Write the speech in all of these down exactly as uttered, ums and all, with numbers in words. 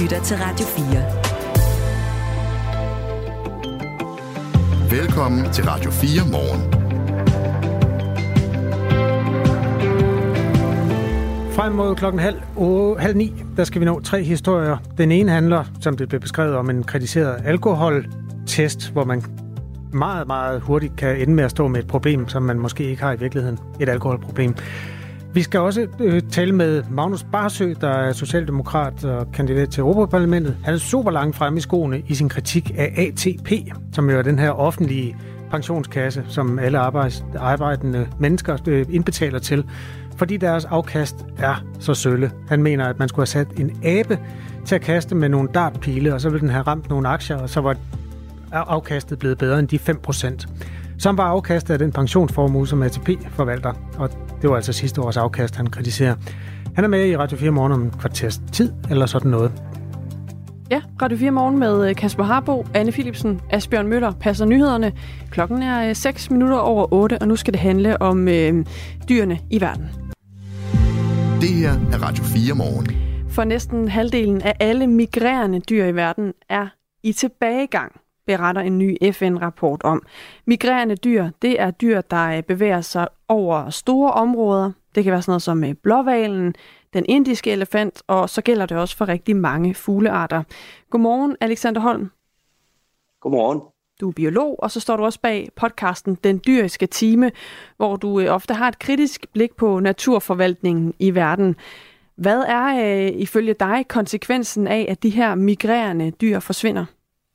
lytter til Radio fire. Velkommen til Radio fire Morgen. Frem mod klokken halv, oh, halv ni, der skal vi nå tre historier. Den ene handler, som det blev beskrevet, om en kritiseret alkoholtest, hvor man meget, meget hurtigt kan ende med at stå med et problem, som man måske ikke har i virkeligheden. Et alkoholproblem. Vi skal også øh, tale med Magnus Barsø, der er socialdemokrat og kandidat til Europaparlamentet. Han er super langt fremme i skoene i sin kritik af A T P, som jo er den her offentlige pensionskasse, som alle arbejdende mennesker øh, indbetaler til, fordi deres afkast er så sølle. Han mener, at man skulle have sat en abe til at kaste med nogle dartpile, og så ville den have ramt nogle aktier, og så var afkastet blevet bedre end de fem procent. Som var afkastet af den pensionsformue, som A T P forvalter. Og det var altså sidste års afkast, han kritiserer. Han er med i Radio fire Morgen om en kvarters tid, eller sådan noget. Ja, Radio fire Morgen med Kasper Harbo, Anne Philipsen, Asbjørn Møller passer nyhederne. Klokken er seks minutter over otte, og nu skal det handle om øh, dyrene i verden. Det her er Radio fire Morgen. For næsten halvdelen af alle migrerende dyr i verden er i tilbagegang, beretter en ny F N-rapport om. Migrerende dyr, det er dyr, der bevæger sig over store områder. Det kan være sådan noget som blåhvalen, den indiske elefant, og så gælder det også for rigtig mange fuglearter. Godmorgen, Alexander Holm. Godmorgen. Du er biolog, og så står du også bag podcasten Den Dyriske Time, hvor du ofte har et kritisk blik på naturforvaltningen i verden. Hvad er øh, ifølge dig konsekvensen af, at de her migrerende dyr forsvinder?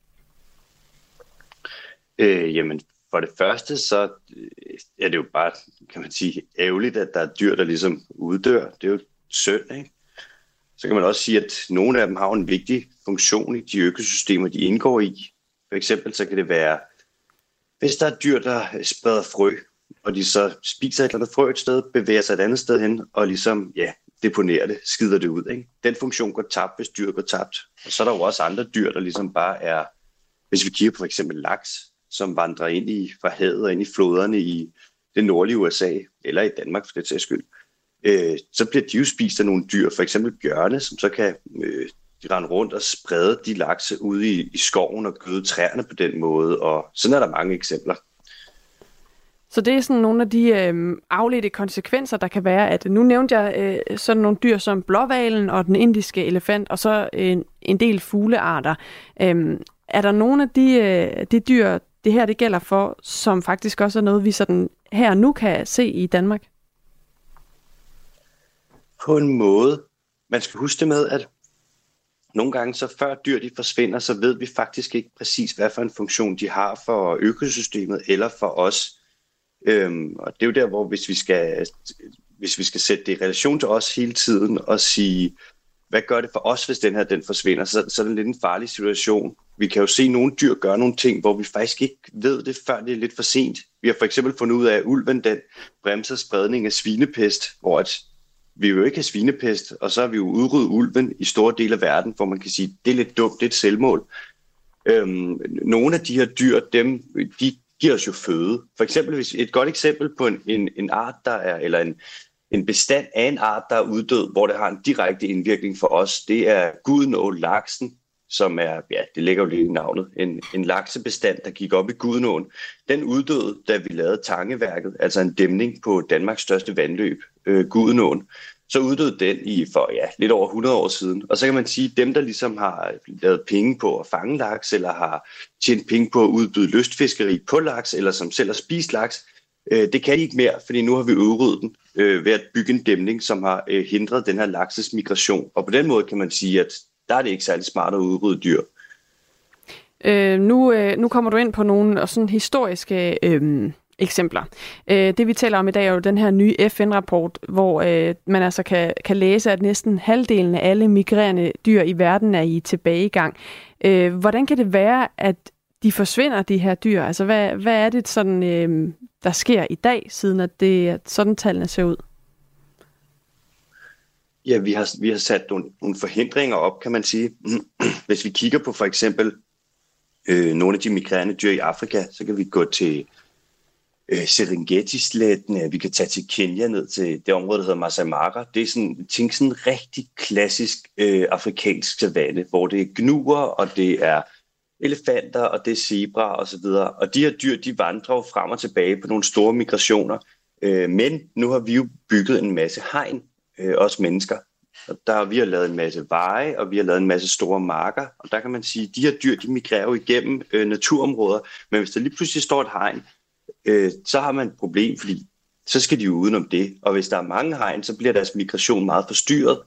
Øh, jamen, for det første, så er det jo bare, kan man sige, ærgerligt, at der er dyr, der ligesom uddør. Det er jo synd, ikke? Så kan man også sige, at nogle af dem har en vigtig funktion i de økosystemer, de indgår i. For eksempel så kan det være, hvis der er dyr, der spreder frø, og de så spiser et eller andet frø et sted, bevæger sig et andet sted hen, og ligesom, ja, deponerer det, skider det ud, ikke? Den funktion går tabt, hvis dyr går tabt. Og så er der jo også andre dyr, der ligesom bare er, hvis vi kigger på for eksempel laks, som vandrer ind i, fra havet og ind i floderne i det nordlige U S A, eller i Danmark for det sags skyld, øh, så bliver de jo spist af nogle dyr, for eksempel bjørne, som så kan øh, de rende rundt og sprede de lakse ude i, i skoven og gøde træerne på den måde, og sådan er der mange eksempler. Så det er sådan nogle af de øh, afledte konsekvenser, der kan være, at nu nævnte jeg øh, sådan nogle dyr som blåhvalen og den indiske elefant, og så en, en del fuglearter. Øh, er der nogle af de, øh, de dyr, det her det gælder for, som faktisk også er noget, vi sådan her nu kan se i Danmark? På en måde. Man skal huske det med, at nogle gange, så før dyr de forsvinder, så ved vi faktisk ikke præcis, hvad for en funktion de har for økosystemet eller for os. Øhm, og det er jo der, hvor hvis vi, skal, hvis vi skal sætte det i relation til os hele tiden og sige, hvad gør det for os, hvis den her den forsvinder, så, så er det lidt en farlig situation. Vi kan jo se nogle dyr gøre nogle ting, hvor vi faktisk ikke ved det, før det er lidt for sent. Vi har for eksempel fundet ud af, at ulven den bremser spredning af svinepest, hvor at vi jo ikke har svinepest, og så har vi jo udryddet ulven i store dele af verden, hvor man kan sige, det er lidt dumt, det er et selvmål. Øhm, nogle af de her dyr, dem, de giver os jo føde. For eksempel, hvis et godt eksempel på en, en, en art, der er, eller en, en bestand af en art, der er uddød, hvor det har en direkte indvirkning for os, det er Gudenå-laksen, som er, ja, det ligger jo lidt i navnet, en, en laksebestand, der gik op i Gudenåen. Den uddøde, da vi lavede Tangeværket, altså en dæmning på Danmarks største vandløb, øh, Gudenåen. Så uddøde den i for ja, lidt over hundrede år siden. Og så kan man sige, at dem, der ligesom har lavet penge på at fange laks, eller har tjent penge på at udbyde lystfiskeri på laks, eller som selv har spist laks, øh, det kan de ikke mere, fordi nu har vi udryddet den øh, ved at bygge en dæmning, som har øh, hindret den her lakses migration. Og på den måde kan man sige, at der er det ikke særlig smart at udrydde dyr. Øh, nu, øh, nu kommer du ind på nogle sådan historiske øh, eksempler. Øh, det vi taler om i dag er jo den her nye F N-rapport, hvor øh, man altså kan, kan læse, at næsten halvdelen af alle migrerende dyr i verden er i tilbagegang. Øh, hvordan kan det være, at de forsvinder, de her dyr? Altså, hvad, hvad er det, sådan, øh, der sker i dag, siden at det at sådan tallene ser ud? Ja, vi har, vi har sat nogle, nogle forhindringer op, kan man sige. Hvis vi kigger på for eksempel øh, nogle af de migrerende dyr i Afrika, så kan vi gå til øh, Serengeti-sletten, vi kan tage til Kenya ned til det område, der hedder Masai Mara. Det er sådan, tænk sådan en rigtig klassisk øh, afrikansk savanne, hvor det er gnuer, og det er elefanter, og det er zebra og så videre. Og de her dyr, de vandrer frem og tilbage på nogle store migrationer. Øh, men nu har vi jo bygget en masse hegn, øh, os mennesker. Og der har vi har lavet en masse veje, og vi har lavet en masse store marker. Og der kan man sige, at de her dyr, de migrerer jo igennem øh, naturområder. Men hvis der lige pludselig står et hegn, øh, så har man et problem, fordi så skal de jo udenom det. Og hvis der er mange hegn, så bliver deres migration meget forstyrret.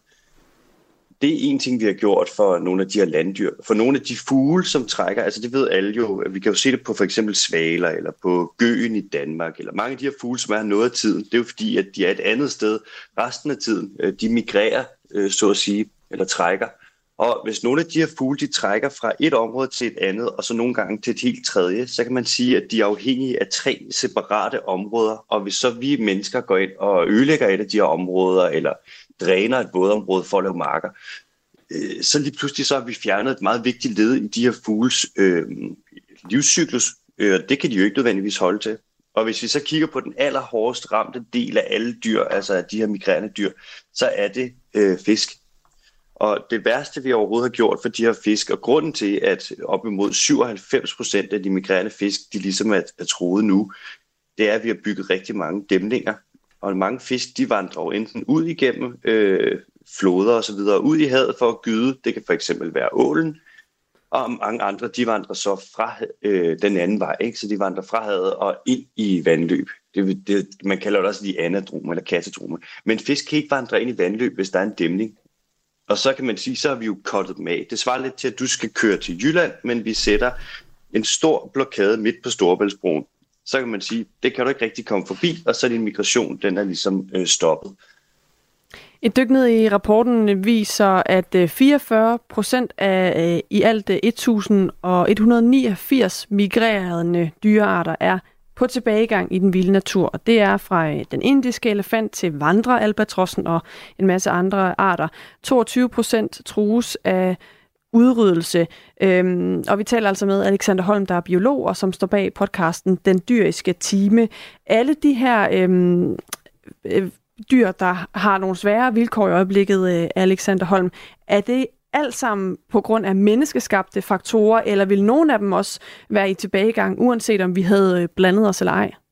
Det er en ting, vi har gjort for nogle af de her landdyr. For nogle af de fugle, som trækker, altså det ved alle jo, vi kan jo se det på for eksempel svaler, eller på gøen i Danmark, eller mange af de her fugle, som er noget af tiden, det er jo fordi, at de er et andet sted resten af tiden. De migrerer, så at sige, eller trækker. Og hvis nogle af de her fugle, de trækker fra et område til et andet, og så nogle gange til et helt tredje, så kan man sige, at de er afhængige af tre separate områder. Og hvis så vi mennesker går ind og ødelægger et af de her områder, eller dræner et vådområde for at lave marker, øh, så lige pludselig så har vi fjernet et meget vigtigt led i de her fugles øh, livscyklus. Øh, det kan de jo ikke nødvendigvis holde til. Og hvis vi så kigger på den allerhårdest ramte del af alle dyr, altså af de her migrerende dyr, så er det øh, fisk. Og det værste, vi overhovedet har gjort for de her fisk, og grunden til, at op imod syvoghalvfems procent af de migrerende fisk, de ligesom er, er truet nu, det er, at vi har bygget rigtig mange dæmninger. Og mange fisk, de vandrer enten ud igennem øh, floder og så videre, ud i havet for at gyde. Det kan for eksempel være ålen. Og mange andre, de vandrer så fra øh, den anden vej, ikke? Så de vandrer fra havet og ind i vandløb. Det, det, man kalder det også de anadromer eller katedromer. Men fisk kan ikke vandre ind i vandløb, hvis der er en dæmning. Og så kan man sige, så har vi jo cuttet dem af. Det svarer lidt til, at du skal køre til Jylland, men vi sætter en stor blokade midt på Storebæltsbroen. Så kan man sige, det kan du ikke rigtig komme forbi, og så er din migration, den er ligesom øh, stoppet. Et dyk ned i rapporten viser, at fireogfyrre procent af øh, i alt et tusind et hundrede niogfirs migrerende dyrearter er på tilbagegang i den vilde natur. Og det er fra øh, den indiske elefant til vandrealbatrossen og en masse andre arter. toogtyve procent trues af udryddelse. Øhm, og vi taler altså med Alexander Holm, der er biolog, og som står bag podcasten Den Dyriske Time. Alle de her øhm, øh, dyr, der har nogle svære vilkår i øjeblikket, øh, Alexander Holm, er det alt sammen på grund af menneskeskabte faktorer, eller vil nogen af dem også være i tilbagegang, uanset om vi havde blandet os eller ej?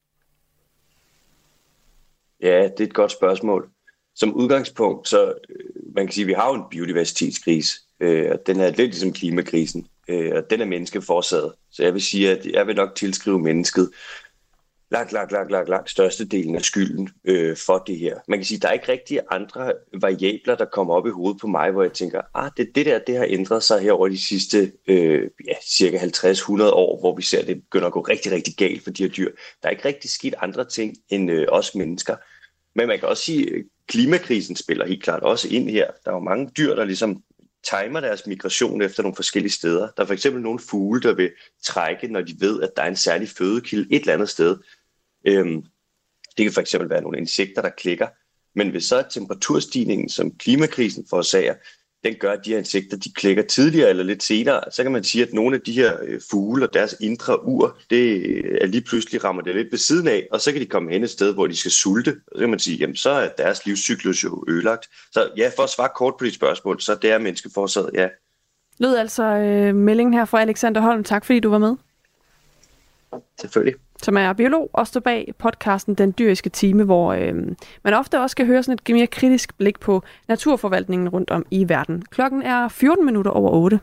Ja, det er et godt spørgsmål. Som udgangspunkt, så man kan sige, at vi har jo en biodiversitetskrise, øh, og den er lidt ligesom klimakrisen, øh, og den er menneskeforårsaget. Så jeg vil sige, at jeg vil nok tilskrive mennesket langt, langt, langt, langt, langt størstedelen af skylden øh, for det her. Man kan sige, at der er ikke rigtig andre variabler, der kommer op i hovedet på mig, hvor jeg tænker, ah, det, det der, det har ændret sig her over de sidste øh, ja, cirka halvtreds til hundrede år, hvor vi ser, at det begynder at gå rigtig, rigtig galt for de her dyr. Der er ikke rigtig sket andre ting end øh, os mennesker. Men man kan også sige, at klimakrisen spiller helt klart også ind her. Der er jo mange dyr, der ligesom timer deres migration efter nogle forskellige steder. Der er for eksempel nogle fugle, der vil trække, når de ved, at der er en særlig fødekilde et eller andet sted. Øhm, det kan for eksempel være nogle insekter, der klikker. Men hvis så temperaturstigningen, som klimakrisen forårsager, den gør, at de her insekter, de klikker tidligere eller lidt senere, så kan man sige, at nogle af de her øh, fugle og deres indre ur, det er lige pludselig rammer det lidt ved siden af, og så kan de komme hen et sted, hvor de skal sulte. Og så kan man sige, jamen så er deres livscyklus jo ødelagt. Så ja, for at svare kort på de spørgsmål, så det er menneskeforårsaget, ja. Lød altså øh, meldingen her fra Alexander Holm. Tak fordi du var med. Selvfølgelig. Som er biolog og står bag podcasten Den Dyriske Time, hvor øh, man ofte også skal høre sådan et mere kritisk blik på naturforvaltningen rundt om i verden. Klokken er fjorten minutter over otte.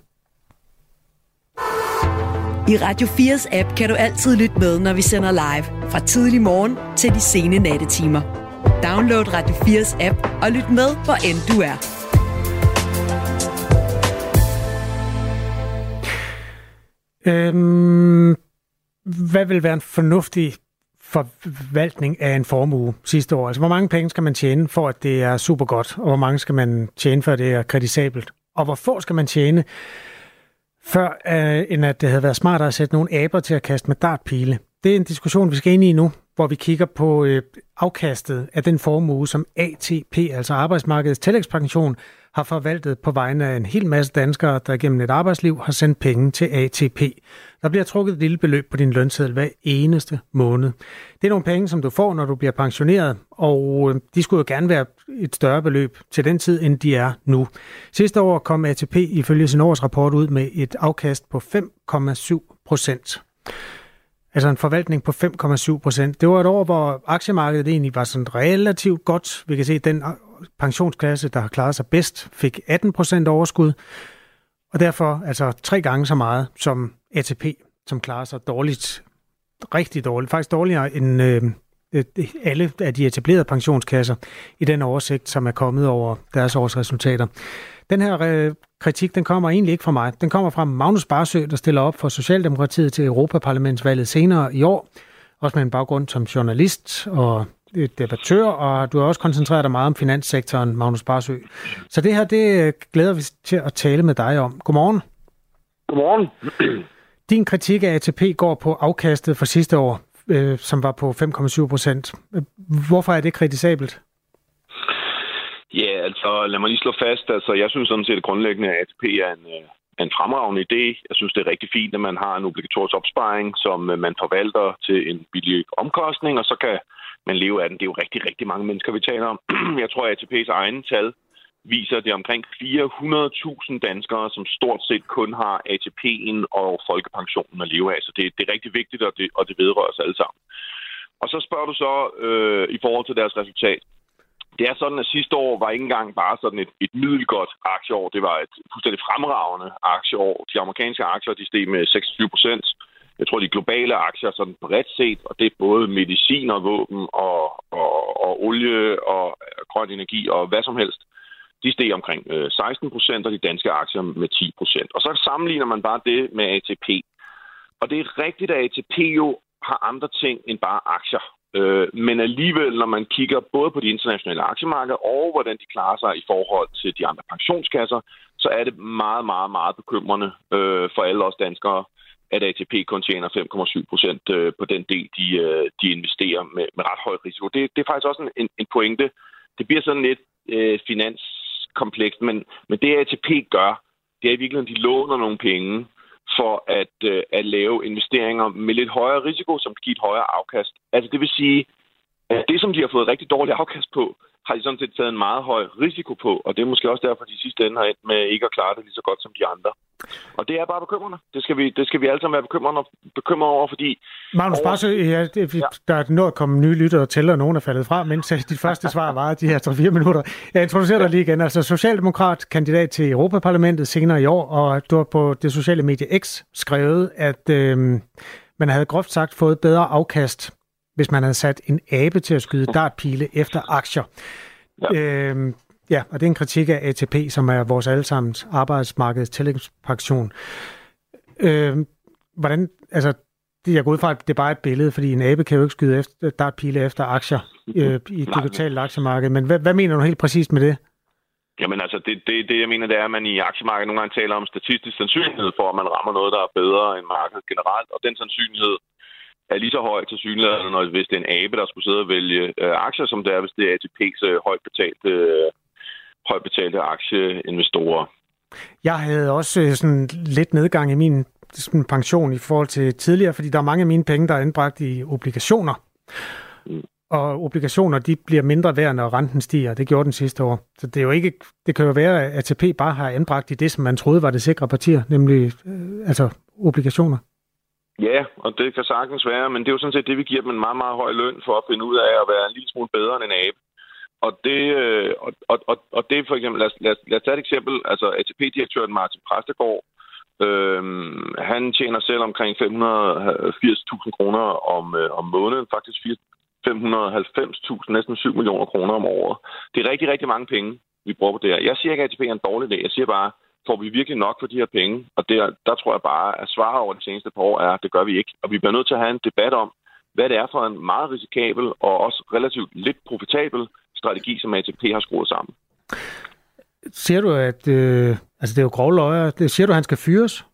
I Radio fires app kan du altid lytte med, når vi sender live. Fra tidlig morgen til de sene nattetimer. Download Radio fires app og lyt med, hvor end du er. Øhm, hvad vil være en fornuftig forvaltning af en formue sidste år? Altså, hvor mange penge skal man tjene, for at det er super godt, og hvor mange skal man tjene, for at det er kritisabelt? Og hvor få skal man tjene, før øh, end at det havde været smartere at sætte nogle aber til at kaste med dartpile? Det er en diskussion, vi skal ind i nu, hvor vi kigger på øh, afkastet af den formue, som A T P, altså Arbejdsmarkedets Tillægspension, har forvaltet på vegne af en hel masse danskere, der gennem et arbejdsliv har sendt penge til A T P. Der bliver trukket et lille beløb på din lønseddel hver eneste måned. Det er nogle penge, som du får, når du bliver pensioneret, og de skulle jo gerne være et større beløb til den tid, end de er nu. Sidste år kom A T P ifølge sin årsrapport ud med et afkast på fem komma syv procent. Altså en forvaltning på fem komma syv procent. Det var et år, hvor aktiemarkedet egentlig var sådan relativt godt. Vi kan se, at den pensionsklasse, der har klaret sig bedst, fik atten procent overskud. Og derfor altså tre gange så meget som A T P, som klarer sig dårligt. Rigtig dårligt. Faktisk dårligere end øh, alle af de etablerede pensionskasser i den oversigt, som er kommet over deres årsresultater. Den her øh, kritik, den kommer egentlig ikke fra mig. Den kommer fra Magnus Barsø, der stiller op for Socialdemokratiet til Europaparlamentsvalget senere i år. Også med en baggrund som journalist og debattør, og du har også koncentreret dig meget om finanssektoren, Magnus Barsø. Så det her, det glæder vi til at tale med dig om. Godmorgen. Godmorgen. Din kritik af A T P går på afkastet for sidste år, øh, som var på fem komma syv procent. Hvorfor er det kritisabelt? Ja, altså lad mig lige slå fast. Altså, jeg synes sådan set grundlæggende, at A T P er en, en fremragende idé. Jeg synes, det er rigtig fint, at man har en obligatorisk opsparing, som man forvalter til en billig omkostning, og så kan man leve af den. Det er jo rigtig, rigtig mange mennesker, vi taler om. Jeg tror, at A T P's egen tal viser, at det er omkring fire hundrede tusind danskere, som stort set kun har A T P'en og folkepensionen at leve af. Så det, det er rigtig vigtigt, og det, og det vedrører os alle sammen. Og så spørger du så øh, i forhold til deres resultat. Det er sådan, at sidste år var ikke engang bare sådan et, et middelgodt aktieår. Det var et fuldstændig fremragende aktieår. De amerikanske aktier, de steg med seksogtyve procent. Jeg tror, de globale aktier sådan bredt set, og det er både medicin og våben og, og, og olie og grøn energi og hvad som helst. De steg omkring seksten procent, og de danske aktier med ti procent. Og så sammenligner man bare det med A T P. Og det er rigtigt, at A T P jo har andre ting end bare aktier. Men alligevel, når man kigger både på de internationale aktiemarkeder og hvordan de klarer sig i forhold til de andre pensionskasser, så er det meget, meget, meget bekymrende for alle os danskere, at A T P kun tjener fem komma syv procent på den del, de, de investerer med, med ret høj risiko. Det, det er faktisk også en, en pointe. Det bliver sådan lidt øh, finanskomplekst, men, men det A T P gør, det er i virkeligheden, at de låner nogle penge for at, øh, at lave investeringer med lidt højere risiko, som kan give et højere afkast. Altså det vil sige, at det, som de har fået rigtig dårligt afkast på, har de sådan set taget en meget høj risiko på, og det er måske også derfor, at de sidste ende har endt med ikke at klare det lige så godt som de andre. Og det er bare bekymrende. Det skal vi, det skal vi alle sammen være bekymrede, bekymrede over, fordi... Magnus Barsø, ja, det, ja. Der er nået at komme nye lyttere og tæller, og nogen er faldet fra, mens de første svar var de her tre fire minutter. Jeg introducerer dig lige igen. Altså Socialdemokrat, kandidat til Europaparlamentet senere i år, og du har på det sociale medie X skrevet, at øh, man havde groft sagt fået bedre afkast, hvis man havde sat en abe til at skyde dartpile efter aktier. Ja. Øhm, ja, og det er en kritik af A T P, som er vores allesammens arbejdsmarkedets tillægspension. Øhm, hvordan, altså, jeg går ud fra, at det er bare et billede, fordi en abe kan jo ikke skyde efter, dartpile efter aktier øh, i et digitalt aktiemarked. Men hvad, hvad mener du helt præcist med det? Jamen altså, det, det, det jeg mener, det er, at man i aktiemarkedet nogle gange taler om statistisk sandsynlighed for, at man rammer noget, der er bedre end markedet generelt, og den sandsynlighed er lige så højt til synligheden, når hvis det er en abe, der skulle sidde og vælge øh, aktier, som det er, hvis det er A T P's øh, højt betalte, øh, højt betalte aktieinvestorer. Jeg havde også øh, sådan lidt nedgang i min sådan, pension i forhold til tidligere, fordi der er mange af mine penge, der er anbragt i obligationer. Mm. Og obligationer, de bliver mindre værd, når renten stiger. Det gjorde den sidste år. Så det er jo ikke, det kan jo være, at A T P bare har anbragt i det, som man troede var det sikre partier, nemlig øh, altså obligationer. Ja, og det kan sagtens være, men det er jo sådan set det, vi giver dem en meget, meget høj løn for at finde ud af at være en lille smule bedre end en abe. Og det, og, og, og, og det for eksempel, lad, lad, lad os tage et eksempel, altså A T P-direktøren Martin Præstegård, øhm, han tjener selv omkring fem hundrede og firs tusind kroner om, øh, om måneden, faktisk fem hundrede og halvfems tusind, næsten syv millioner kroner om året. Det er rigtig, rigtig mange penge, vi bruger på det her. Jeg siger ikke, at A T P er en dårlig idé, jeg siger bare, får vi virkelig nok for de her penge? Og der, der tror jeg bare, at svaret over de seneste par år er, at det gør vi ikke. Og vi bliver nødt til at have en debat om, hvad det er for en meget risikabel og også relativt lidt profitabel strategi, som A T P har skruet sammen. Siger du, at øh, altså det er jo grove løjer, siger du, at han skal fyres?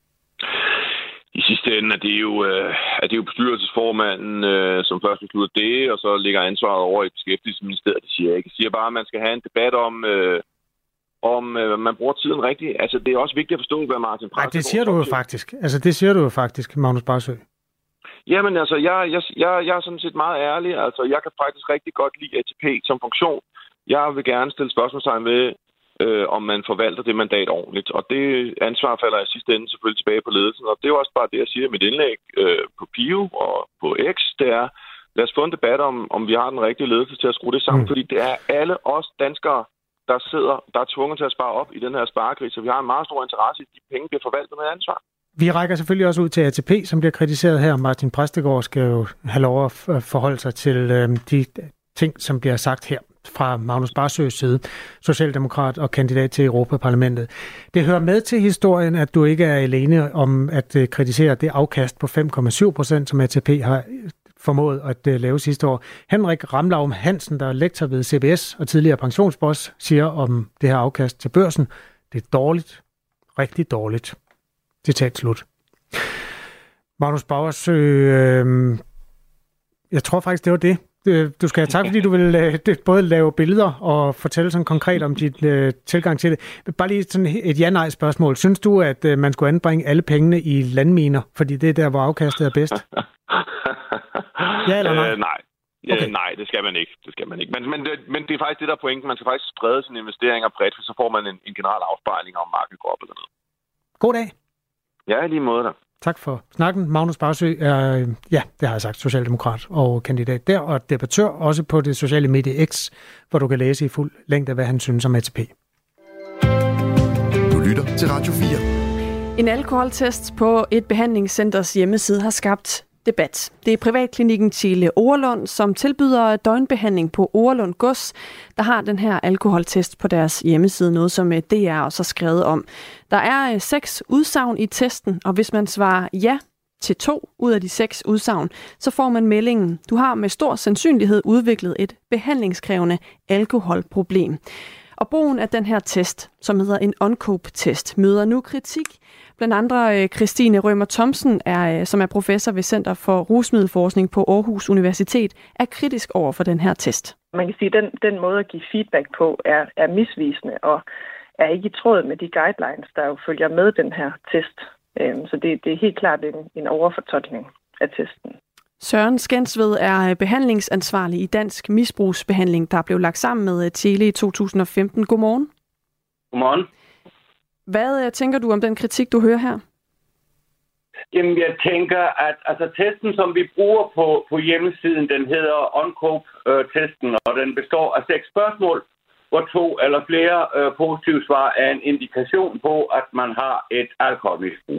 I sidste ende er det jo, øh, er det jo bestyrelsesformanden, øh, som først beslutter det, og så ligger ansvaret over i Beskæftigelsesministeriet. Det siger jeg ikke. Jeg siger bare, at man skal have en debat om... Øh, om om øh, man bruger tiden rigtigt. Altså, det er også vigtigt at forstå, hvad Martin Præstegård... Nej, det siger du jo faktisk. Altså, det siger du jo faktisk, Magnus Barsø. Jamen, altså, jeg, jeg, jeg, jeg er sådan set meget ærlig. Altså, jeg kan faktisk rigtig godt lide A T P som funktion. Jeg vil gerne stille spørgsmålstegn ved, øh, om man forvalter det mandat ordentligt. Og det ansvar falder i sidste ende selvfølgelig tilbage på ledelsen. Og det er jo også bare det, jeg siger i mit indlæg øh, på Pio og på X. Det er, lad os få en debat om, om vi har den rigtige ledelse til at skrue det sammen. Mm. Fordi det er alle os danskere, der sidder, der er tvunget til at spare op i den her sparekrise. Så vi har en meget stor interesse i, at de penge bliver forvaltet med ansvar. Vi rækker selvfølgelig også ud til A T P, som bliver kritiseret her. Martin Præstegård skal jo have lov at forholde sig til øh, de ting, som bliver sagt her fra Magnus Barsøs side, socialdemokrat og kandidat til Europaparlamentet. Det hører med til historien, at du ikke er alene om at øh, kritisere det afkast på fem komma syv procent, som A T P har formået at øh, lave sidste år. Henrik Ramlaum Hansen, der er lektor ved C B S og tidligere pensionsboss, siger om det her afkast til børsen, det er dårligt, rigtig dårligt. Citat slut. Magnus Barsø, øh, jeg tror faktisk, det var det. Du skal have tak, fordi du vil uh, både lave billeder og fortælle sådan konkret om dit uh, tilgang til det. Bare lige sådan et ja-nej-spørgsmål. Synes du, at uh, man skulle anbringe alle pengene i landminer, fordi det er der, hvor afkastet er bedst? Ja eller nej? Øh, nej. Okay. Øh, nej, det skal man ikke. Det skal man ikke. Men, men, det, men det er faktisk det, der er pointen. Man skal faktisk sprede sine investeringer bredt, for så får man en, en generel afspejling om markedet går op eller ned. God dag. Ja, i lige måde da. Tak for snakken. Magnus Barsø er, ja, det har jeg sagt, socialdemokrat og kandidat der, og debattør også på det sociale medie X, hvor du kan læse i fuld længde, hvad han synes om A T P. Du lytter til Radio fire. En alkoholtest på et behandlingscenters hjemmeside har skabt debat. Det er privatklinikken Tjele Overlund, som tilbyder døgnbehandling på Overlund Gods, der har den her alkoholtest på deres hjemmeside, noget som D R også har skrevet om. Der er seks udsagn i testen, og hvis man svarer ja til to ud af de seks udsagn, så får man meldingen: du har med stor sandsynlighed udviklet et behandlingskrævende alkoholproblem. Og brugen af den her test, som hedder en OnCope-test, møder nu kritik. Blandt andre Christine Rømer Thomsen, er, som er professor ved Center for Rusmiddelforskning på Aarhus Universitet, er kritisk over for den her test. Man kan sige, at den, den måde at give feedback på er, er misvisende og er ikke i tråd med de guidelines, der jo følger med den her test. Så det, det er helt klart en, en overfortolkning af testen. Søren Skensved er behandlingsansvarlig i Dansk Misbrugsbehandling, der blev lagt sammen med Tjele i to tusind og femten. Godmorgen. Godmorgen. Hvad tænker du om den kritik, du hører her? Jamen, jeg tænker, at altså, testen, som vi bruger på, på hjemmesiden, den hedder OnCope-testen, og den består af seks spørgsmål, hvor to eller flere øh, positive svar er en indikation på, at man har et alkoholmisbrug.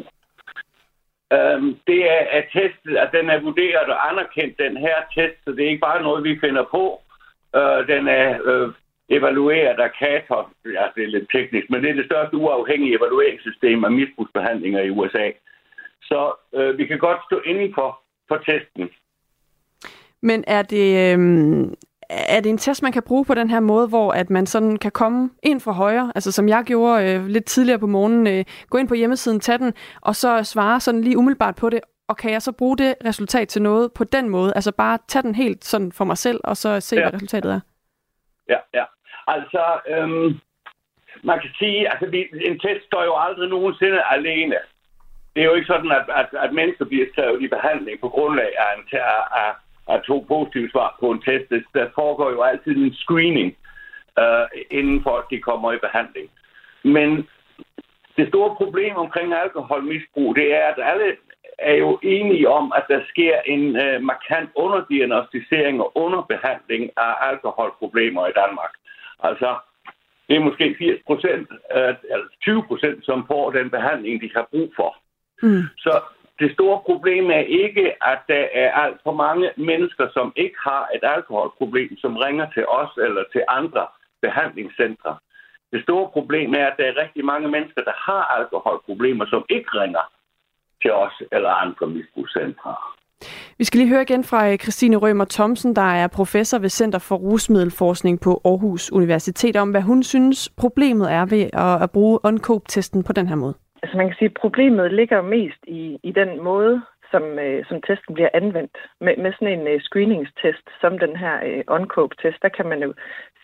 Øhm, det er, at testet, at den er vurderet og anerkendt, den her test, så det er ikke bare noget, vi finder på. Øh, den er øh, evalueret af Cater, ja, det er lidt teknisk, men det er det største uafhængige evalueringssystem af misbrugsbehandlinger i U S A. Så øh, vi kan godt stå inden for, for testen. Men er det, øh, er det en test, man kan bruge på den her måde, hvor at man sådan kan komme ind fra højre, altså som jeg gjorde øh, lidt tidligere på morgenen, øh, gå ind på hjemmesiden, tage den, og så svare sådan lige umiddelbart på det, og kan jeg så bruge det resultat til noget på den måde? Altså bare tage den helt sådan for mig selv, og så se, ja. Hvad resultatet er? Ja, ja. Altså, øhm, man kan sige, altså en test står jo aldrig nogensinde alene. Det er jo ikke sådan, at, at, at mennesker bliver taget i behandling på grundlag af, en, af, af to positive svar på en test. Der foregår jo altid en screening, øh, inden for at de kommer i behandling. Men det store problem omkring alkoholmisbrug, det er, at alle er jo enige om, at der sker en øh, markant underdiagnostisering og underbehandling af alkoholproblemer i Danmark. Altså, det er måske firs procent, øh, eller tyve procent, som får den behandling, de har brug for. Mm. Så det store problem er ikke, at der er alt for mange mennesker, som ikke har et alkoholproblem, som ringer til os eller til andre behandlingscentre. Det store problem er, at der er rigtig mange mennesker, der har alkoholproblemer, som ikke ringer til os eller andre misbrugscentre. Vi skal lige høre igen fra Christine Rømer Thomsen, der er professor ved Center for Rusmiddelforskning på Aarhus Universitet, om hvad hun synes problemet er ved at bruge OnCope-testen på den her måde. Altså man kan sige, at problemet ligger mest i, i den måde, som, øh, som testen bliver anvendt. Med, med sådan en øh, screeningstest, som den her øh, OnCope-test, der kan man jo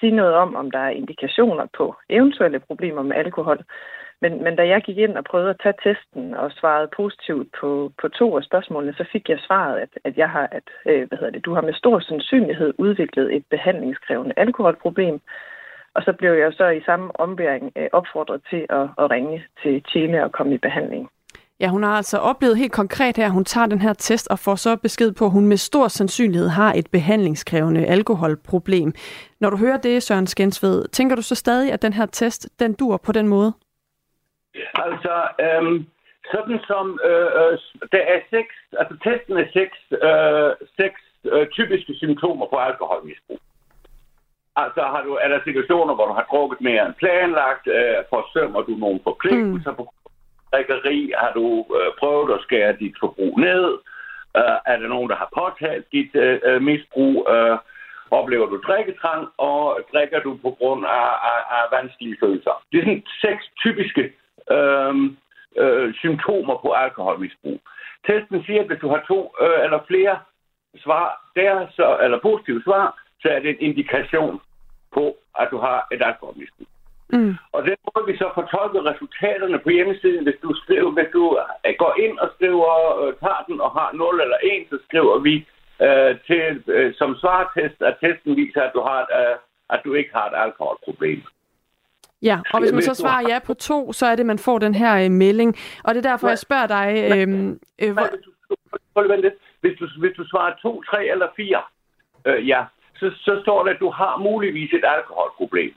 sige noget om, om der er indikationer på eventuelle problemer med alkohol. Men, men da jeg gik ind og prøvede at tage testen og svarede positivt på, på to af spørgsmålene, så fik jeg svaret, at, at, jeg har, at øh, hvad hedder det, du har med stor sandsynlighed udviklet et behandlingskrævende alkoholproblem. Og så blev jeg så i samme ombæring øh, opfordret til at, at ringe til Tjele og komme i behandling. Ja, hun har altså oplevet helt konkret her, at hun tager den her test og får så besked på, at hun med stor sandsynlighed har et behandlingskrævende alkoholproblem. Når du hører det, Søren Skensved, tænker du så stadig, at den her test, den dur på den måde? Altså, øhm, sådan som øh, der er seks, altså testen er seks, øh, seks øh, typiske symptomer på alkoholmisbrug. Altså har du, er der situationer, hvor du har drukket mere end planlagt, øh, forsømmer du nogle forpligtelser mm. på drikkeri, har du øh, prøvet at skære dit forbrug ned, øh, er der nogen, der har påtalt dit øh, misbrug, øh, oplever du drikketrang, og drikker du på grund af, af, af vanskelige følelser. Det er sådan seks typiske øh, øh, symptomer på alkoholmisbrug. Testen siger, at hvis du har to øh, eller flere svar der, så, eller positive svar, så er det en indikation på, at du har et alkoholmisbrug. Mm. Og den måde vi så fortolker resultaterne på hjemmesiden, hvis du, skriver, hvis du går ind og skriver, øh, tager den og har nul eller en, så skriver vi øh, til, øh, som svartest, at testen viser, at du, har, øh, at du ikke har et alkoholproblem. Ja, og hvis man så svarer ja på to, så er det, man får den her øh, melding. Og det er derfor, jeg spørger dig... Øh, øh, hvor... hvis, du, hvis du svarer to, tre eller fire, øh, ja, så, så står der, at du har muligvis et alkoholproblem.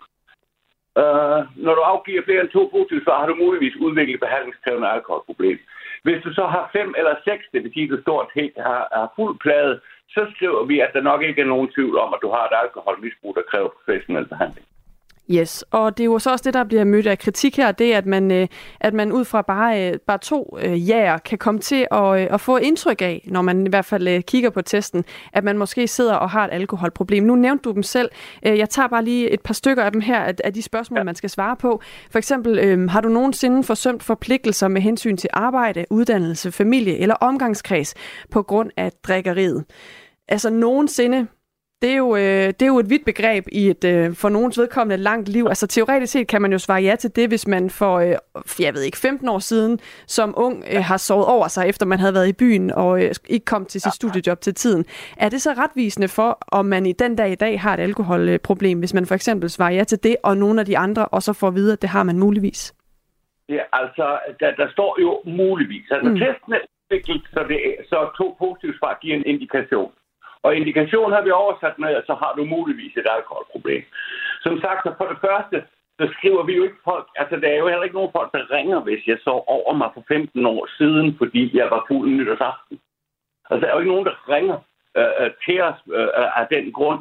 Uh, når du afgiver flere end to positive svar, har du muligvis udviklet behandlingskrævende alkoholproblem. Hvis du så har fem eller seks, det vil sige, at du stort helt har, har fuld plade, så skriver vi, at der nok ikke er nogen tvivl om, at du har et alkoholmisbrug, der kræver professionel behandling. Yes, og det er jo så også det, der bliver mødt af kritik her, det er, at man, øh, at man ud fra bare, øh, bare to øh, ja'er kan komme til at, øh, at få indtryk af, når man i hvert fald øh, kigger på testen, at man måske sidder og har et alkoholproblem. Nu nævnte du dem selv. Øh, jeg tager bare lige et par stykker af dem her, af, af de spørgsmål, ja. man skal svare på. For eksempel, øh, har du nogensinde forsømt forpligtelser med hensyn til arbejde, uddannelse, familie eller omgangskreds på grund af drikkeriet? Altså nogensinde... Det er, jo, øh, det er jo et vidt begreb i et øh, for nogens vedkommende langt liv. Altså teoretisk set kan man jo svare ja til det, hvis man for, øh, jeg ved ikke, femten år siden som ung øh, har sovet over sig, efter man havde været i byen og øh, ikke kom til sit studiejob til tiden. Er det så retvisende for, om man i den dag i dag har et alkoholproblem, hvis man for eksempel svarer ja til det, og nogle af de andre også får at vide, at det har man muligvis? Ja, altså, der, der står jo muligvis. Altså mm. testen er udviklet, så, det, så to positive svar giver en indikation. Og indikation har vi oversat med, at så har du muligvis et alkoholproblem. Som sagt, så for det første, så skriver vi jo ikke folk, altså der er jo heller ikke nogen folk, der ringer, hvis jeg så over mig for femten år siden, fordi jeg var fuld nytårsaften. Altså der er jo ikke nogen, der ringer øh, til os øh, af den grund.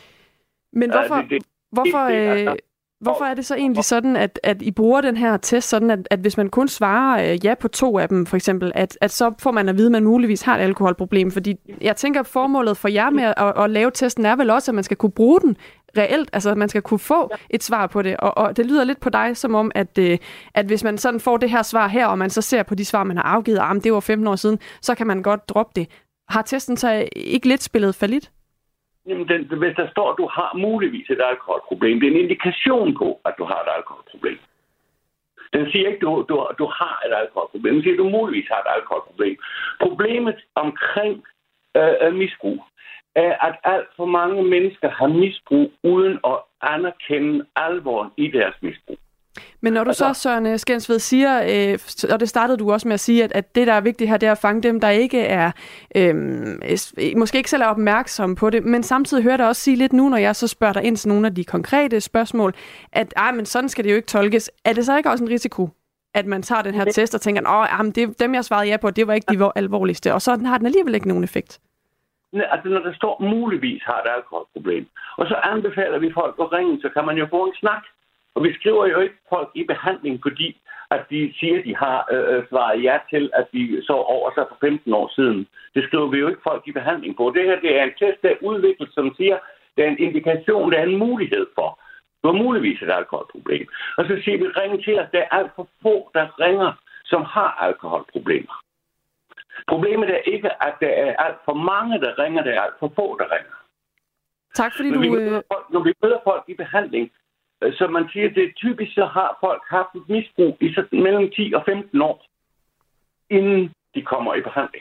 Men hvorfor, uh, det, det, hvorfor, det, det, altså, hvorfor er det så egentlig sådan, at, at I bruger den her test sådan, at, at hvis man kun svarer øh, ja på to af dem, for eksempel, at, at så får man at vide, at man muligvis har et alkoholproblem? Fordi jeg tænker, at formålet for jer med at, at lave testen er vel også, at man skal kunne bruge den reelt, altså at man skal kunne få et svar på det. Og, og det lyder lidt på dig som om, at, øh, at hvis man sådan får det her svar her, og man så ser på de svar, man har afgivet, ah, det var femten år siden, så kan man godt droppe det. Har testen så ikke lidt spillet fallit? Jamen, den, hvis der står, at du har muligvis et alkoholproblem, det er en indikation på, at du har et alkoholproblem. Den siger ikke, at du, du, du har et alkoholproblem. Den siger, at du muligvis har et alkoholproblem. Problemet omkring øh, misbrug er, at alt for mange mennesker har misbrug uden at anerkende alvoren i deres misbrug. Men når du altså, så, Søren Skensved, siger, øh, og det startede du også med at sige, at, at det, der er vigtigt her, det er at fange dem, der ikke er, øh, måske ikke selv er opmærksomme på det, men samtidig hører jeg dig også sige lidt nu, når jeg så spørger dig ind til nogle af de konkrete spørgsmål, at ah, men sådan skal det jo ikke tolkes. Er det så ikke også en risiko, at man tager den her det. test og tænker, åh, ah, det, dem jeg svarede ja på, det var ikke de alvorligste, og så har den alligevel ikke nogen effekt? Altså, når der står muligvis har et alkoholproblem, og så anbefaler vi folk at ringe, så kan man jo få en snak. Og vi skriver jo ikke folk i behandling, fordi at de siger, at de har øh, svaret ja til, at de så over sig for femten år siden. Det skriver vi jo ikke folk i behandling på. Det her det er en test, der er udviklet, som siger, det er en indikation, der er en mulighed for. Du har muligvis et alkoholproblem. Og så siger vi, ring til os. Der er alt for få, der ringer, som har alkoholproblemer. Problemet er ikke, at der er alt for mange, der ringer. Der er alt for få, der ringer. Tak fordi når du... Vi møder folk, når vi møder folk i behandling, så man siger, det er typisk, så har folk haft et misbrug i sådan mellem ti og femten år, inden de kommer i behandling.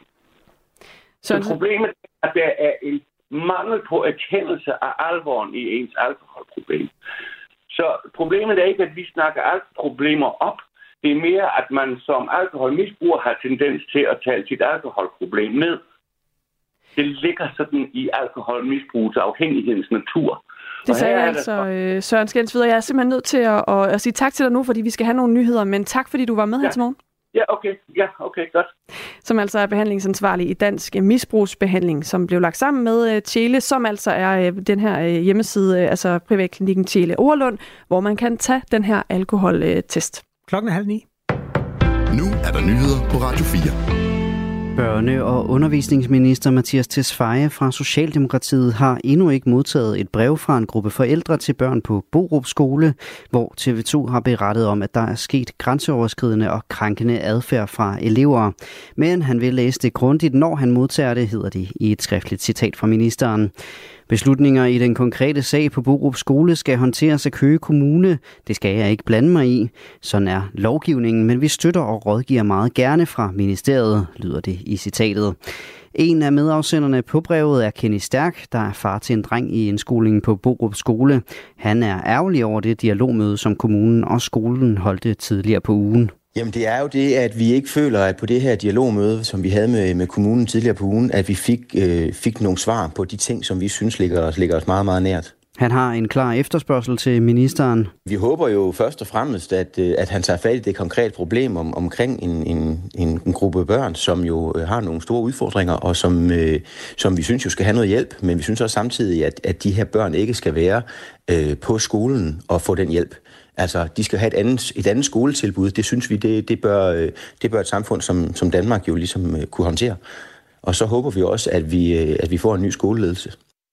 Så, så problemet er, at der er en mangel på erkendelse af alvoren i ens alkoholproblem. Så problemet er ikke, at vi snakker alkoholproblemer op. Det er mere, at man som alkoholmisbruger har tendens til at tale sit alkoholproblem ned. Det ligger sådan i alkoholmisbrugets afhængighedens natur. Det sagde jeg altså, øh, Søren Skensved. Jeg er simpelthen nødt til at, at, at sige tak til dig nu, fordi vi skal have nogle nyheder. Men tak, fordi du var med ja. her til morgen. Ja, okay. Ja, okay, godt. Som altså er behandlingsansvarlig i Dansk Misbrugsbehandling, som blev lagt sammen med uh, Tjele, som altså er uh, den her uh, hjemmeside, uh, altså privatklinikken Tjele Overlund, hvor man kan tage den her alkoholtest. Klokken er halv ni. Nu er der nyheder på Radio fire. Børne- og undervisningsminister Mattias Tesfaye fra Socialdemokratiet har endnu ikke modtaget et brev fra en gruppe forældre til børn på Borup Skole, hvor T V to har berettet om, at der er sket grænseoverskridende og krænkende adfærd fra elever. Men han vil læse det grundigt, når han modtager det, hedder det i et skriftligt citat fra ministeren. Beslutninger i den konkrete sag på Borup Skole skal håndteres af Køge Kommune. Det skal jeg ikke blande mig i. Sådan er lovgivningen, men vi støtter og rådgiver meget gerne fra ministeriet, lyder det i citatet. En af medafsenderne på brevet er Kenny Stærk, der er far til en dreng i indskolingen på Borup Skole. Han er ærgerlig over det dialogmøde, som kommunen og skolen holdte tidligere på ugen. Jamen det er jo det, at vi ikke føler, at på det her dialogmøde, som vi havde med, med kommunen tidligere på ugen, at vi fik, øh, fik nogle svar på de ting, som vi synes ligger os, ligger os meget, meget nært. Han har en klar efterspørgsel til ministeren. Vi håber jo først og fremmest, at, at han tager fat i det konkrete problem om, omkring en, en, en, en gruppe børn, som jo har nogle store udfordringer, og som, øh, som vi synes jo skal have noget hjælp. Men vi synes også samtidig, at, at de her børn ikke skal være øh, på skolen og få den hjælp. Altså, de skal have et andet, et andet skoletilbud. Det synes vi, det, det, bør, det bør et samfund som, som Danmark jo ligesom kunne håndtere. Og så håber vi også, at vi, at vi får en ny skoleledelse.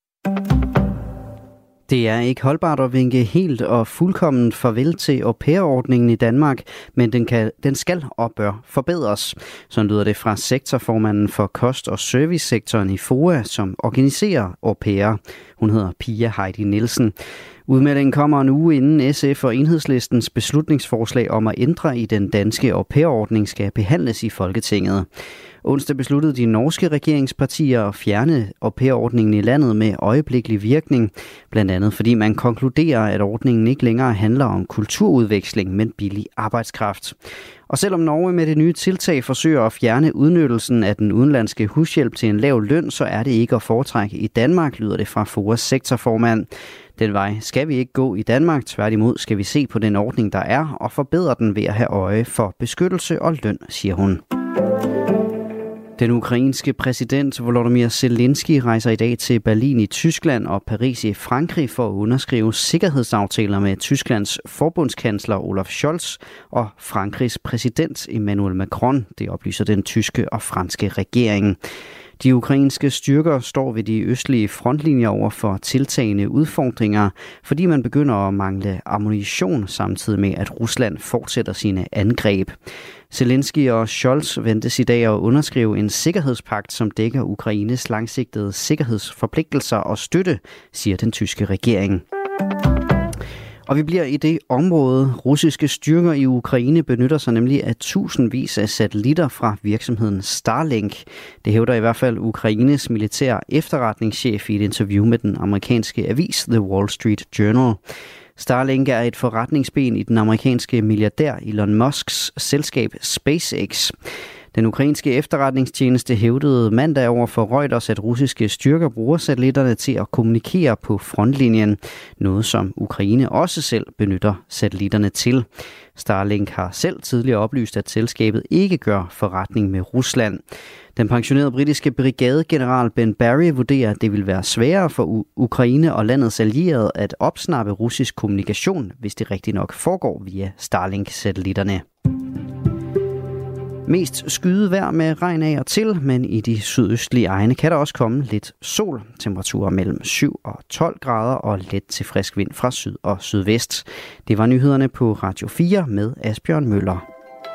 Det er ikke holdbart at vinke helt og fuldkomment farvel til au pair-ordningen i Danmark, men den, kan, den skal og bør forbedres. Sådan lyder det fra sektorformanden for kost- og servicesektoren i F O A, som organiserer au pair. Hun hedder Pia Heidi Nielsen. Udmeldingen kommer en uge inden S F og Enhedslistens beslutningsforslag om at ændre i den danske au pair-ordning skal behandles i Folketinget. Onsdag besluttede de norske regeringspartier at fjerne au pair-ordningen i landet med øjeblikkelig virkning, blandt andet fordi man konkluderer, at ordningen ikke længere handler om kulturudveksling, men billig arbejdskraft. Og selvom Norge med det nye tiltag forsøger at fjerne udnyttelsen af den udenlandske hushjælp til en lav løn, så er det ikke at foretrække i Danmark, lyder det fra F O A's sektorformand. Den vej skal vi ikke gå i Danmark, tværtimod skal vi se på den ordning, der er, og forbedre den ved at have øje for beskyttelse og løn, siger hun. Den ukrainske præsident Volodymyr Zelensky rejser i dag til Berlin i Tyskland og Paris i Frankrig for at underskrive sikkerhedsaftaler med Tysklands forbundskansler Olaf Scholz og Frankrigs præsident Emmanuel Macron, det oplyser den tyske og franske regering. De ukrainske styrker står ved de østlige frontlinjer over for tiltagende udfordringer, fordi man begynder at mangle ammunition samtidig med, at Rusland fortsætter sine angreb. Zelensky og Scholz ventes i dag at underskrive en sikkerhedspagt, som dækker Ukraines langsigtede sikkerhedsforpligtelser og støtte, siger den tyske regering. Og vi bliver i det område. Russiske styrker i Ukraine benytter sig nemlig af tusindvis af satellitter fra virksomheden Starlink. Det hævder i hvert fald Ukraines militære efterretningschef i et interview med den amerikanske avis The Wall Street Journal. Starlink er et forretningsben i den amerikanske milliardær Elon Musks selskab SpaceX. Den ukrainske efterretningstjeneste hævdede mandag over for Reuters, at russiske styrker bruger satellitterne til at kommunikere på frontlinjen. Noget som Ukraine også selv benytter satellitterne til. Starlink har selv tidligere oplyst, at selskabet ikke gør forretning med Rusland. Den pensionerede britiske brigadegeneral Ben Barry vurderer, at det vil være sværere for Ukraine og landets allierede at opsnappe russisk kommunikation, hvis det rigtig nok foregår via Starlink-satellitterne. Mest skyet vejr med regn af og til, men i de sydøstlige egne kan der også komme lidt sol. Temperaturer mellem syv og tolv grader og let til frisk vind fra syd og sydvest. Det var nyhederne på Radio fire med Asbjørn Møller.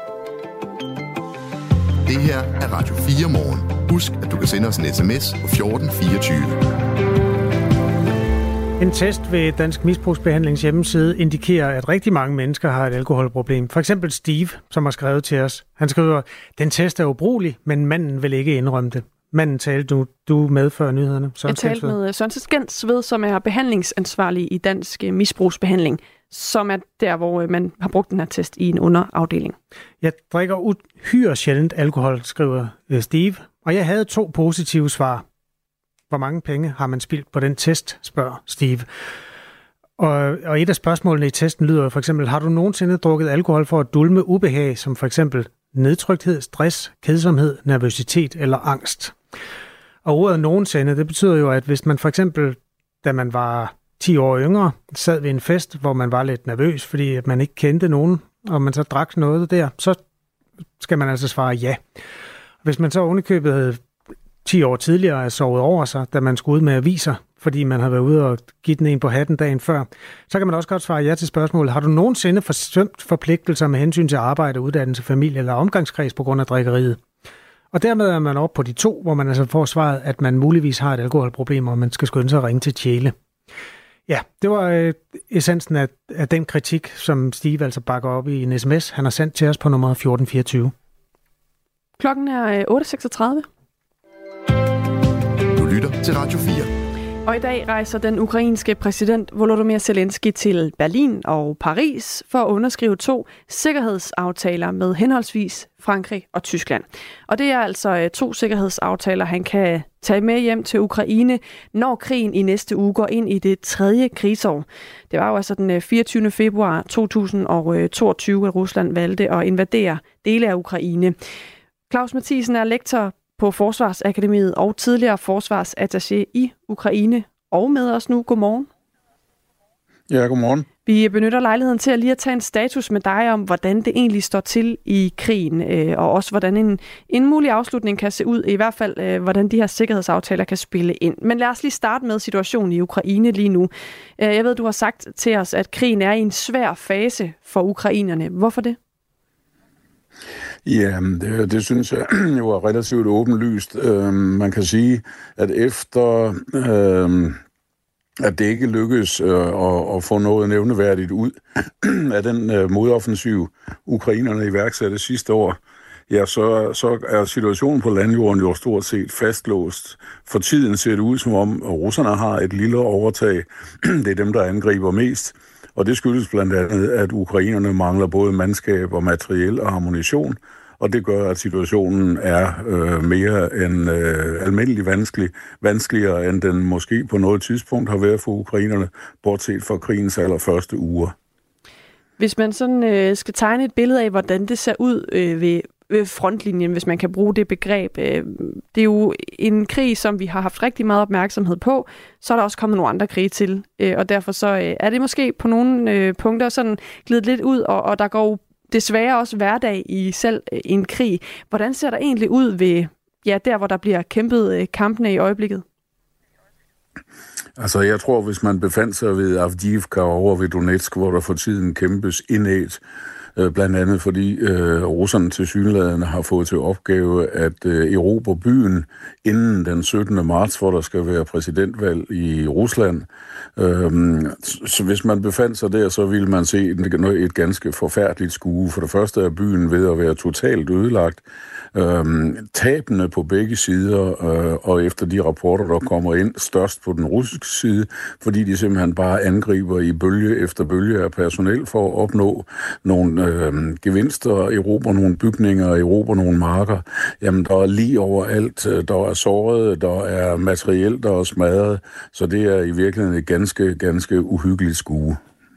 Det her er Radio fire morgen. Husk, at du kan sende os en sms på fjorten fireogtyve. En test ved Dansk Misbrugsbehandlings hjemmeside indikerer, at rigtig mange mennesker har et alkoholproblem. For eksempel Steve, som har skrevet til os. Han skriver, den test er ubrugelig, men manden vil ikke indrømme det. Manden talte du, du med før nyhederne. Jeg talte med Søren Skensved, som er behandlingsansvarlig i Dansk Misbrugsbehandling, som er der, hvor man har brugt den her test i en underafdeling. Jeg drikker uhyre sjældent alkohol, skriver Steve, og jeg havde to positive svar. Hvor mange penge har man spildt på den test, spørger Steve. Og, og et af spørgsmålene i testen lyder for eksempel, har du nogensinde drukket alkohol for at dulme ubehag, som for eksempel nedtrykthed, stress, kedsomhed, nervøsitet eller angst? Og ordet nogensinde, det betyder jo, at hvis man for eksempel, da man var ti år yngre, sad ved en fest, hvor man var lidt nervøs, fordi at man ikke kendte nogen, og man så drak noget der, så skal man altså svare ja. Hvis man så ovenikøbet havde ti år tidligere er sovet over sig, da man skulle ud med aviser, fordi man har været ude og givet den en på hatten dagen før, så kan man også godt svare ja til spørgsmålet. Har du nogensinde forsømt forpligtelser med hensyn til arbejde, uddannelse, familie eller omgangskreds på grund af drikkeriet? Og dermed er man oppe på de to, hvor man altså får svaret, at man muligvis har et alkoholproblem, og man skal skynde sig at ringe til Tjæle. Ja, det var øh, essensen af, af den kritik, som Steve altså bakker op i en sms, han har sendt til os på nummer fjorten fireogtyve. Klokken er otte seksogtredive. Lytter til Radio fire. Og i dag rejser den ukrainske præsident Volodymyr Zelensky til Berlin og Paris for at underskrive to sikkerhedsaftaler med henholdsvis Frankrig og Tyskland. Og det er altså to sikkerhedsaftaler, han kan tage med hjem til Ukraine, når krigen i næste uge går ind i det tredje krigsår. Det var jo altså den fireogtyvende februar to tusind og toogtyve, at Rusland valgte at invadere dele af Ukraine. Claus Mathiesen er lektor på Forsvarsakademiet og tidligere forsvarsattaché i Ukraine og med os nu. Godmorgen. Ja, godmorgen. Vi benytter lejligheden til at lige at tage en status med dig om, hvordan det egentlig står til i krigen, og også hvordan en, en mulig afslutning kan se ud, i hvert fald hvordan de her sikkerhedsaftaler kan spille ind. Men lad os lige starte med situationen i Ukraine lige nu. Jeg ved, du har sagt til os, at krigen er i en svær fase for ukrainerne. Hvorfor det? Ja, det, det synes jeg jo er relativt åbenlyst. Øh, man kan sige, at efter øh, at det ikke lykkes øh, at, at få noget nævneværdigt ud af den øh, modoffensiv, ukrainerne iværksatte sidste år, ja, så, så er situationen på landjorden jo stort set fastlåst. For tiden ser det ud, som om russerne har et lille overtag. Det er dem, der angriber mest. Og det skyldes blandt andet, at ukrainerne mangler både mandskab og materiel og ammunition, og det gør, at situationen er øh, mere end øh, almindelig vanskelig, vanskeligere, end den måske på noget tidspunkt har været for ukrainerne, bortset fra krigens allerførste uger. Hvis man sådan øh, skal tegne et billede af, hvordan det ser ud øh, ved, ved frontlinjen, hvis man kan bruge det begreb, øh, det er jo en krig, som vi har haft rigtig meget opmærksomhed på, så er der også kommet nogle andre krige til, øh, og derfor så øh, er det måske på nogle øh, punkter sådan glidet lidt ud, og, og der går desværre også hverdag i selv øh, en krig. Hvordan ser der egentlig ud ved, ja, der hvor der bliver kæmpet øh, kampene i øjeblikket? Altså, jeg tror, hvis man befandt sig ved Avdiivka over ved Donetsk, hvor der for tiden kæmpes indædt, øh, blandt andet fordi øh, russerne tilsyneladende har fået til opgave at øh, erobre byen inden den syttende marts, hvor der skal være præsidentvalg i Rusland. Øhm, så hvis man befandt sig der, så ville man se et, et ganske forfærdeligt skue. For det første er byen ved at være totalt ødelagt. Øhm, tabene på begge sider, øh, og efter de rapporter, der kommer ind, størst på den russiske side, fordi de simpelthen bare angriber i bølge efter bølge af personel for at opnå nogle øh, gevinster, erobre nogle bygninger, erobre nogle marker. Jamen, der er lige overalt. Der er såret, der er materiel, der er smadret, så det er i virkeligheden et ganske, ganske uhyggeligt skue.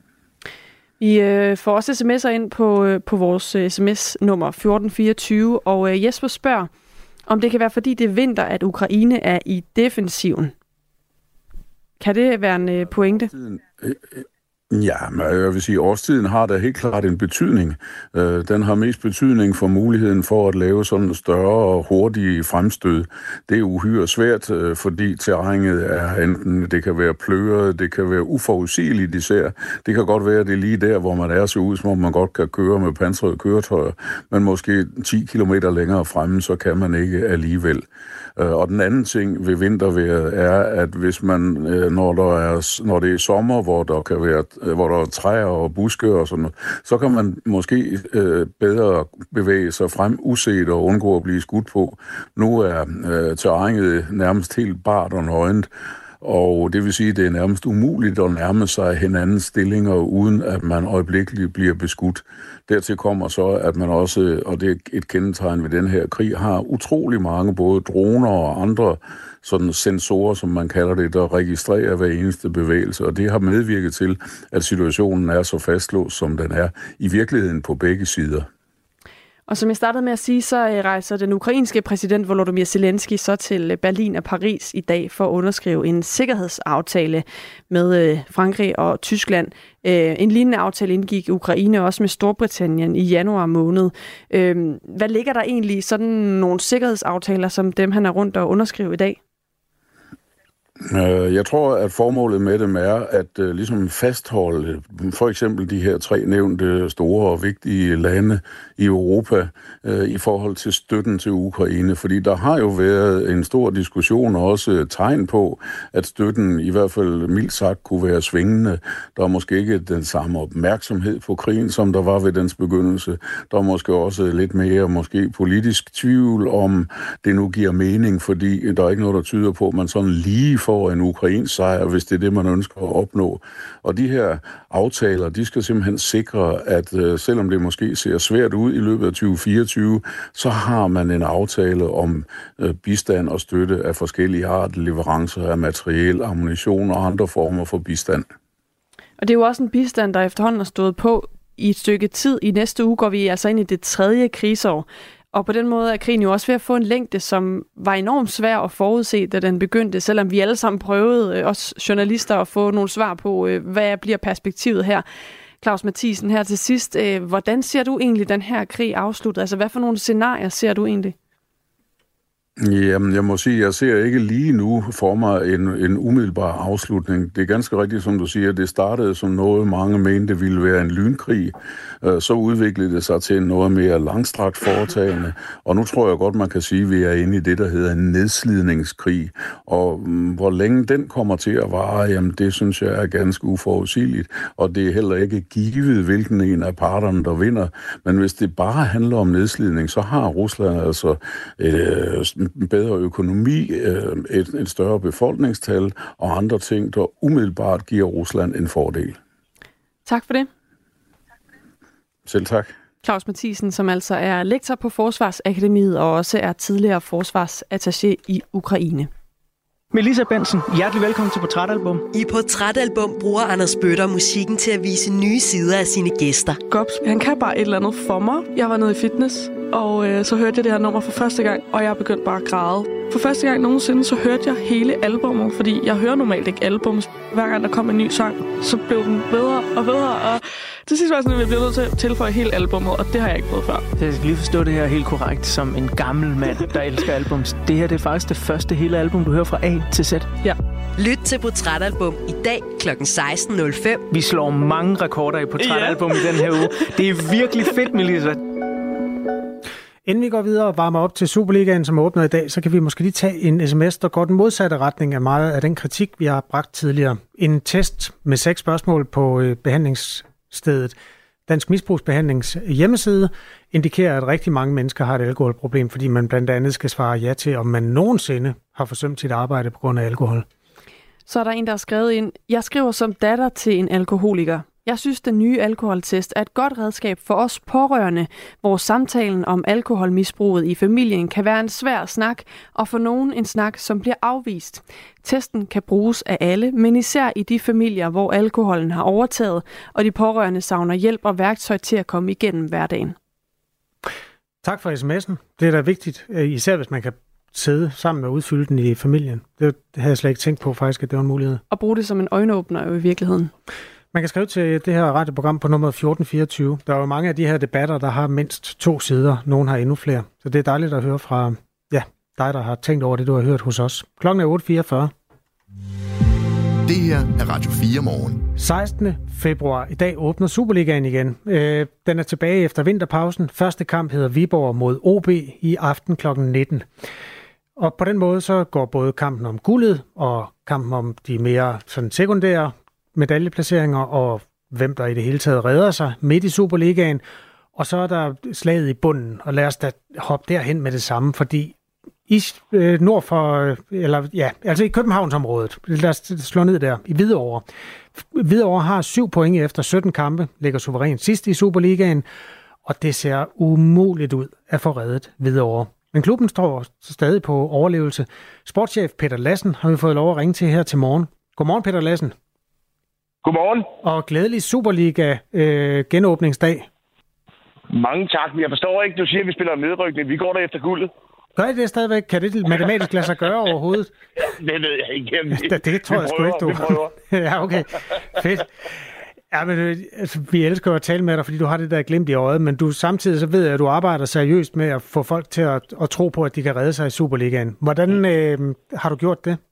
I øh, får også sms'er ind på, øh, på vores øh, sms-nummer fjorten fireogtyve, og øh, Jesper spørger, om det kan være, fordi det er vinter, at Ukraine er i defensiven. Kan det være en øh, pointe? Ja, men jeg vil sige, at årstiden har da helt klart en betydning. Den har mest betydning for muligheden for at lave sådan større og hurtige fremstød. Det er uhyre svært, fordi terrænet er enten, det kan være pløret, det kan være uforudsigeligt især. Det kan godt være, at det er lige der, hvor man er så ud, som om man godt kan køre med pansrede køretøjer, men måske ti kilometer længere fremme, så kan man ikke alligevel. Og den anden ting ved vintervejret er, at hvis man, når, der er, når det er sommer, hvor der kan være hvor der er træer og buske og sådan noget, så kan man måske øh, bedre bevæge sig frem uset og undgå at blive skudt på. Nu er øh, terrænet nærmest helt bart og nøgent, og det vil sige, at det er nærmest umuligt at nærme sig hinandens stillinger, uden at man øjeblikkeligt bliver beskudt. Dertil kommer så, at man også, og det er et kendetegn ved den her krig, har utrolig mange både droner og andre sådan sensorer, som man kalder det, der registrerer hver eneste bevægelse, og det har medvirket til, at situationen er så fastlåst, som den er i virkeligheden på begge sider. Og som jeg startede med at sige, så rejser den ukrainske præsident Volodymyr Zelensky så til Berlin og Paris i dag for at underskrive en sikkerhedsaftale med Frankrig og Tyskland. En lignende aftale indgik Ukraine også med Storbritannien i januar måned. Hvad ligger der egentlig i sådan nogle sikkerhedsaftaler, som dem han er rundt og underskrive i dag? Jeg tror, at formålet med dem er at uh, ligesom fastholde for eksempel de her tre nævnte store og vigtige lande i Europa uh, i forhold til støtten til Ukraine. Fordi der har jo været en stor diskussion og også tegn på, at støtten i hvert fald mildt sagt kunne være svingende. Der er måske ikke den samme opmærksomhed på krigen, som der var ved dens begyndelse. Der er måske også lidt mere måske politisk tvivl om, det nu giver mening, fordi der er ikke noget, der tyder på, at man sådan lige får en ukrainsk sejr, hvis det er det, man ønsker at opnå. Og de her aftaler, de skal simpelthen sikre, at uh, selvom det måske ser svært ud i løbet af tyve fireogtyve, så har man en aftale om uh, bistand og støtte af forskellige art, leverancer af materiel, ammunition og andre former for bistand. Og det er jo også en bistand, der efterhånden har stået på i et stykke tid. I næste uge går vi altså ind i det tredje krigsår. Og på den måde er krigen jo også ved at få en længde, som var enormt svær at forudse, da den begyndte, selvom vi alle sammen prøvede, os journalister, at få nogle svar på, hvad bliver perspektivet her. Claus Mathiesen, her til sidst, hvordan ser du egentlig den her krig afsluttet? Altså, hvad for nogle scenarier ser du egentlig? Jamen, jeg må sige, jeg ser ikke lige nu for mig en, en umiddelbar afslutning. Det er ganske rigtigt, som du siger, det startede som noget, mange mente ville være en lynkrig. Så udviklede det sig til noget mere langstrakt foretagende. Og nu tror jeg godt, man kan sige, at vi er inde i det, der hedder en nedslidningskrig. Og hvor længe den kommer til at vare, jamen det synes jeg er ganske uforudsigeligt. Og det er heller ikke givet, hvilken en af parterne, der vinder. Men hvis det bare handler om nedslidning, så har Rusland altså et en bedre økonomi, et, et større befolkningstal og andre ting, der umiddelbart giver Rusland en fordel. Tak for det. Selv tak. Claus Mathiesen, som altså er lektor på Forsvarsakademiet og også er tidligere forsvarsattaché i Ukraine. Melissa Bensen, hjertelig velkommen til Portrætalbum. I Portrætalbum bruger Anders Bøtter musikken til at vise nye sider af sine gæster. Gops, han kan bare et eller andet for mig. Jeg var nede i fitness, og øh, så hørte jeg det her nummer for første gang, og jeg begyndte bare at græde. For første gang nogensinde, så hørte jeg hele albummet, fordi jeg hører normalt ikke albums. Hver gang der kom en ny sang, så blev den bedre og bedre, og til sidst var jeg sådan, at jeg blev nødt til at tilføje hele albummet, og det har jeg ikke prøvet før. Jeg skal lige forstå det her helt korrekt, som en gammel mand, der elsker albums. Det her det er faktisk det første hele album, du hører fra A til Z. Ja. Lyt til Portrætalbum i dag klokken seksten nul fem. Vi slår mange rekorder i Portrætalbum ja. i den her uge. Det er virkelig fedt, Melissa. Inden vi går videre og varmer op til Superligaen, som åbner i dag, så kan vi måske lige tage en sms, der går den modsatte retning af meget af den kritik, vi har bragt tidligere. En test med seks spørgsmål på behandlingsstedet Dansk Misbrugsbehandlings hjemmeside indikerer, at rigtig mange mennesker har et alkoholproblem, fordi man blandt andet skal svare ja til, om man nogensinde har forsømt sit arbejde på grund af alkohol. Så er der en, der har skrevet ind, jeg skriver som datter til en alkoholiker. Jeg synes, den nye alkoholtest er et godt redskab for os pårørende, hvor samtalen om alkoholmisbruget i familien kan være en svær snak, og for nogen en snak, som bliver afvist. Testen kan bruges af alle, men især i de familier, hvor alkoholen har overtaget, og de pårørende savner hjælp og værktøj til at komme igennem hverdagen. Tak for sms'en. Det er da vigtigt, især hvis man kan sidde sammen og udfylde den i familien. Det havde jeg slet ikke tænkt på faktisk, at det var en mulighed. Og bruge det som en øjenåbner jo i virkeligheden. Man kan skrive til det her radioprogram på nummer fjorten fireogtyve. Der er jo mange af de her debatter, der har mindst to sider. Nogle har endnu flere. Så det er dejligt at høre fra ja, dig, der har tænkt over det, du har hørt hos os. Klokken er otte fireogfyrre. Det her er Radio fire morgen. sekstende februar. I dag åbner Superligaen igen. Øh, den er tilbage efter vinterpausen. Første kamp hedder Viborg mod O B i aften klokken nitten. Og på den måde så går både kampen om guldet og kampen om de mere sådan sekundære medaljeplaceringer og hvem der i det hele taget redder sig midt i Superligaen. Og så er der slaget i bunden, og lad os da hoppe derhen med det samme, fordi i øh, nord for, eller ja, altså i Københavnsområdet, lad os slå ned der, i Hvidovre. Hvidovre har syv point efter sytten kampe, ligger suverænt sidst i Superligaen, og det ser umuligt ud at få reddet Hvidovre. Men klubben står stadig på overlevelse. Sportschef Peter Lassen har vi fået lov at ringe til her til morgen. Godmorgen, Peter Lassen. Godmorgen. Og glædelig Superliga øh, genåbningsdag. Mange tak. Jeg forstår ikke, du siger, at vi spiller nedrykning. Vi går der efter guldet. Gør I det stadigvæk? Kan det matematisk lade sig gøre overhovedet? Det ved jeg ikke. Det, det tror jeg sgu ikke, du. Ja, okay. Fedt. Ja, men altså, vi elsker at tale med dig, fordi du har det der glimt i øjet, men du samtidig så ved jeg, at du arbejder seriøst med at få folk til at, at tro på, at de kan redde sig i Superligaen. Hvordan øh, har du gjort det?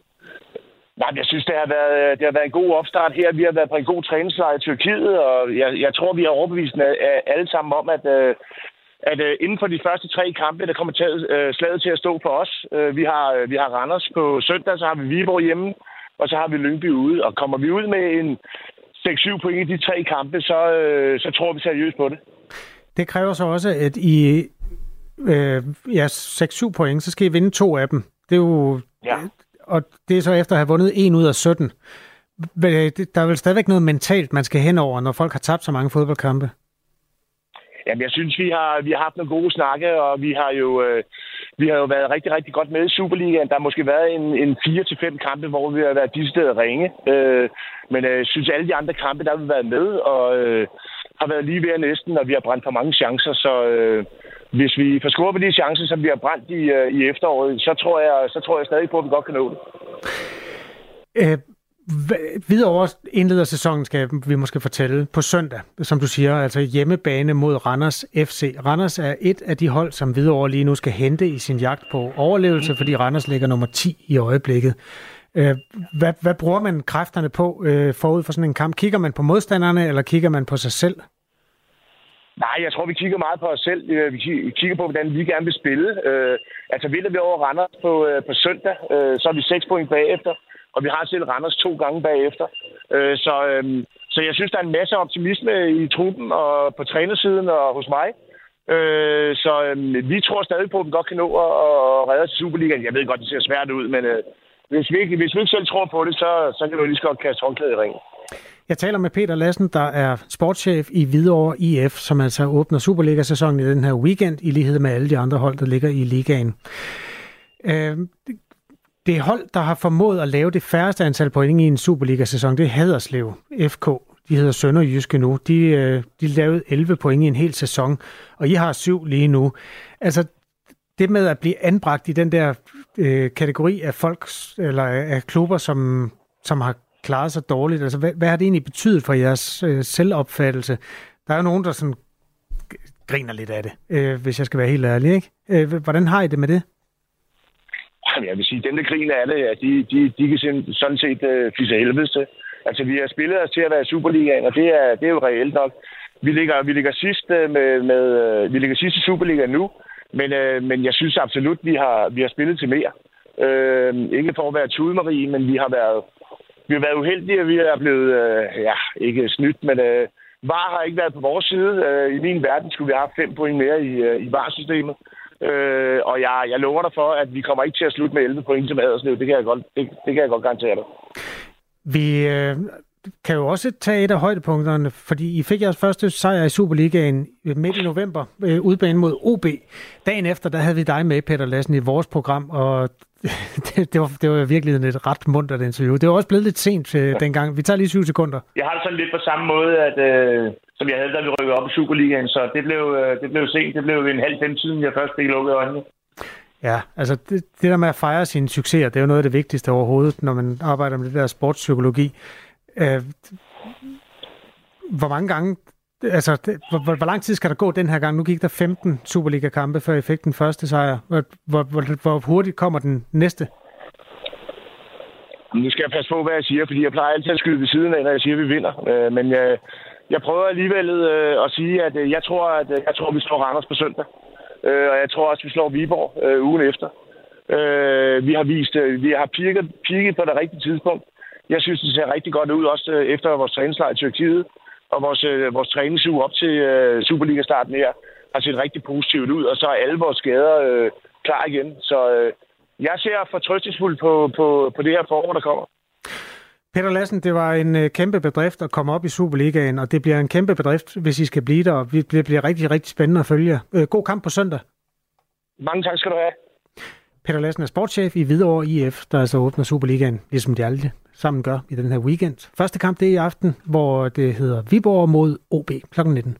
Nej, jeg synes, det har, været, det har været en god opstart her. Vi har været på en god træningslejr i Tyrkiet, og jeg, jeg tror, vi har overbevist alle sammen om, at, at inden for de første tre kampe, der kommer til, slaget til at stå for os. Vi har, vi har Randers på søndag, så har vi Viborg hjemme, og så har vi Lyngby ude. Og kommer vi ud med en seks syv point i de tre kampe, så, så tror vi seriøst på det. Det kræver så også, at I øh, ja, seks syv point, så skal I vinde to af dem. Det er jo... Ja. Og det er så efter at have vundet en ud af sytten. Der er vel stadigvæk noget mentalt, man skal hen over, når folk har tabt så mange fodboldkampe? Jamen, jeg synes, vi har, vi har haft nogle gode snakke, og vi har jo, øh, vi har jo været rigtig, rigtig godt med i Superligaen. Der har måske været en, en fire til fem kampe, hvor vi har været de steder ringe. Øh, men jeg øh, synes, alle de andre kampe, der har vi været med, og øh, har været lige ved næsten, og vi har brændt for mange chancer, så... Øh, Hvis vi får score på de chancer, som vi har brændt i, uh, i efteråret, så tror, jeg, så tror jeg stadig på, at vi godt kan nå det. Øh, Hvidovre indleder sæsonen, skal vi måske fortælle, på søndag, som du siger, altså hjemmebane mod Randers F C. Randers er et af de hold, som Hvidovre lige nu skal hente i sin jagt på overlevelse, fordi Randers ligger nummer ti i øjeblikket. Øh, hvad, hvad bruger man kræfterne på øh, forud for sådan en kamp? Kigger man på modstanderne, eller kigger man på sig selv? Nej, jeg tror, vi kigger meget på os selv. Vi kigger på, hvordan vi gerne vil spille. Øh, altså, vinder vi over Randers på, øh, på søndag, øh, så er vi seks point bagefter, og vi har selv Randers to gange bagefter. Øh, så, øh, så jeg synes, der er en masse optimisme i truppen og på trænersiden og hos mig. Øh, så øh, vi tror stadig på, at vi godt kan nå at, at redde os til Superligaen. Jeg ved godt, det ser svært ud, men øh, hvis, vi ikke, hvis vi ikke selv tror på det, så, så kan vi lige så godt kaste håndklædet i ringen. Jeg taler med Peter Lassen, der er sportschef i Hvidovre I F, som altså åbner Superliga-sæsonen i den her weekend, i lighed med alle de andre hold, der ligger i ligaen. Det hold, der har formået at lave det færreste antal point i en Superliga-sæson, det er Haderslev F K. De hedder Sønderjyske nu. De, de lavede elleve point i en hel sæson, og I har syv lige nu. Altså, det med at blive anbragt i den der øh, kategori af folk, eller af klubber, som, som har klaret sig dårligt. Altså, hvad, hvad har det egentlig betydet for jeres øh, selvopfattelse? Der er jo nogen, der sådan griner lidt af det, øh, hvis jeg skal være helt ærlig, ikke? Øh, hvordan har I det med det? Jeg vil sige, dem, der griner af det, at de, de, de kan sådan set øh, fisse helvedes til. Altså, vi har spillet os til at være i Superligaen, og det er, det er jo reelt nok. Vi ligger, vi ligger sidst med, med vi ligger sidst i Superligaen nu, men, øh, men jeg synes absolut, vi har, vi har spillet til mere. Øh, ikke for at være tudemarie, men vi har været Vi har været uheldige, og vi er blevet, øh, ja, ikke snydt, men øh, V A R har ikke været på vores side. Øh, I min verden skulle vi have fem point mere i, øh, i V A R-systemet. Øh, og jeg, jeg lover dig for, at vi kommer ikke til at slutte med elleve point til Haderslev. Det kan jeg godt, det, det kan jeg godt garantere dig. Vi øh, kan jo også tage et af højdepunkterne, fordi I fik jeres første sejr i Superligaen midt i november, øh, udbanen mod O B. Dagen efter, der havde vi dig med, Peter Lassen, i vores program, og det, det, var, det var virkelig et ret muntert interview. Det var også blevet lidt sent øh, dengang. Vi tager lige syv sekunder. Jeg har det sådan lidt på samme måde, at, øh, som jeg havde, da vi rykkede op i Superligaen, så det blev, øh, det blev sent. Det blev en halv fem siden, jeg først fik lukket øjnene. Ja, altså det, det der med at fejre sine succeser, det er jo noget af det vigtigste overhovedet, når man arbejder med det der sportspsykologi. Øh, Hvor mange gange, altså hvor, hvor, hvor lang tid skal der gå den her gang? Nu gik der femten Superliga-kampe, før I fik den første sejr. Hvor, hvor, hvor, hvor hurtigt kommer den næste? Nu skal jeg passe på, hvad jeg siger, fordi jeg plejer altid at skyde ved siden af, når jeg siger, at vi vinder. Men jeg, jeg prøver alligevel at sige, at jeg tror, at jeg tror, at vi slår Randers på søndag. Og jeg tror også, at vi slår Viborg ugen efter. Vi har vist, vi har pirket, pirket på det rigtige tidspunkt. Jeg synes, det ser rigtig godt ud, også efter vores træningslejr i Tyrkiet. Og vores, vores træningsuge op til Superliga-starten her har set rigtig positivt ud. Og så er alle vores skader klar igen. Så jeg ser fortrøstningsfuldt på, på, på det her forår, der kommer. Peter Lassen, det var en kæmpe bedrift at komme op i Superligaen, og det bliver en kæmpe bedrift, hvis I skal blive der, og det bliver rigtig, rigtig spændende at følge. God kamp på søndag. Mange tak skal du have. Peter Lassen er sportschef i Hvidovre I F, der altså åbner Superligaen, ligesom de alle sammen gør i den her weekend. Første kamp det er i aften, hvor det hedder Viborg mod O B klokken nitten.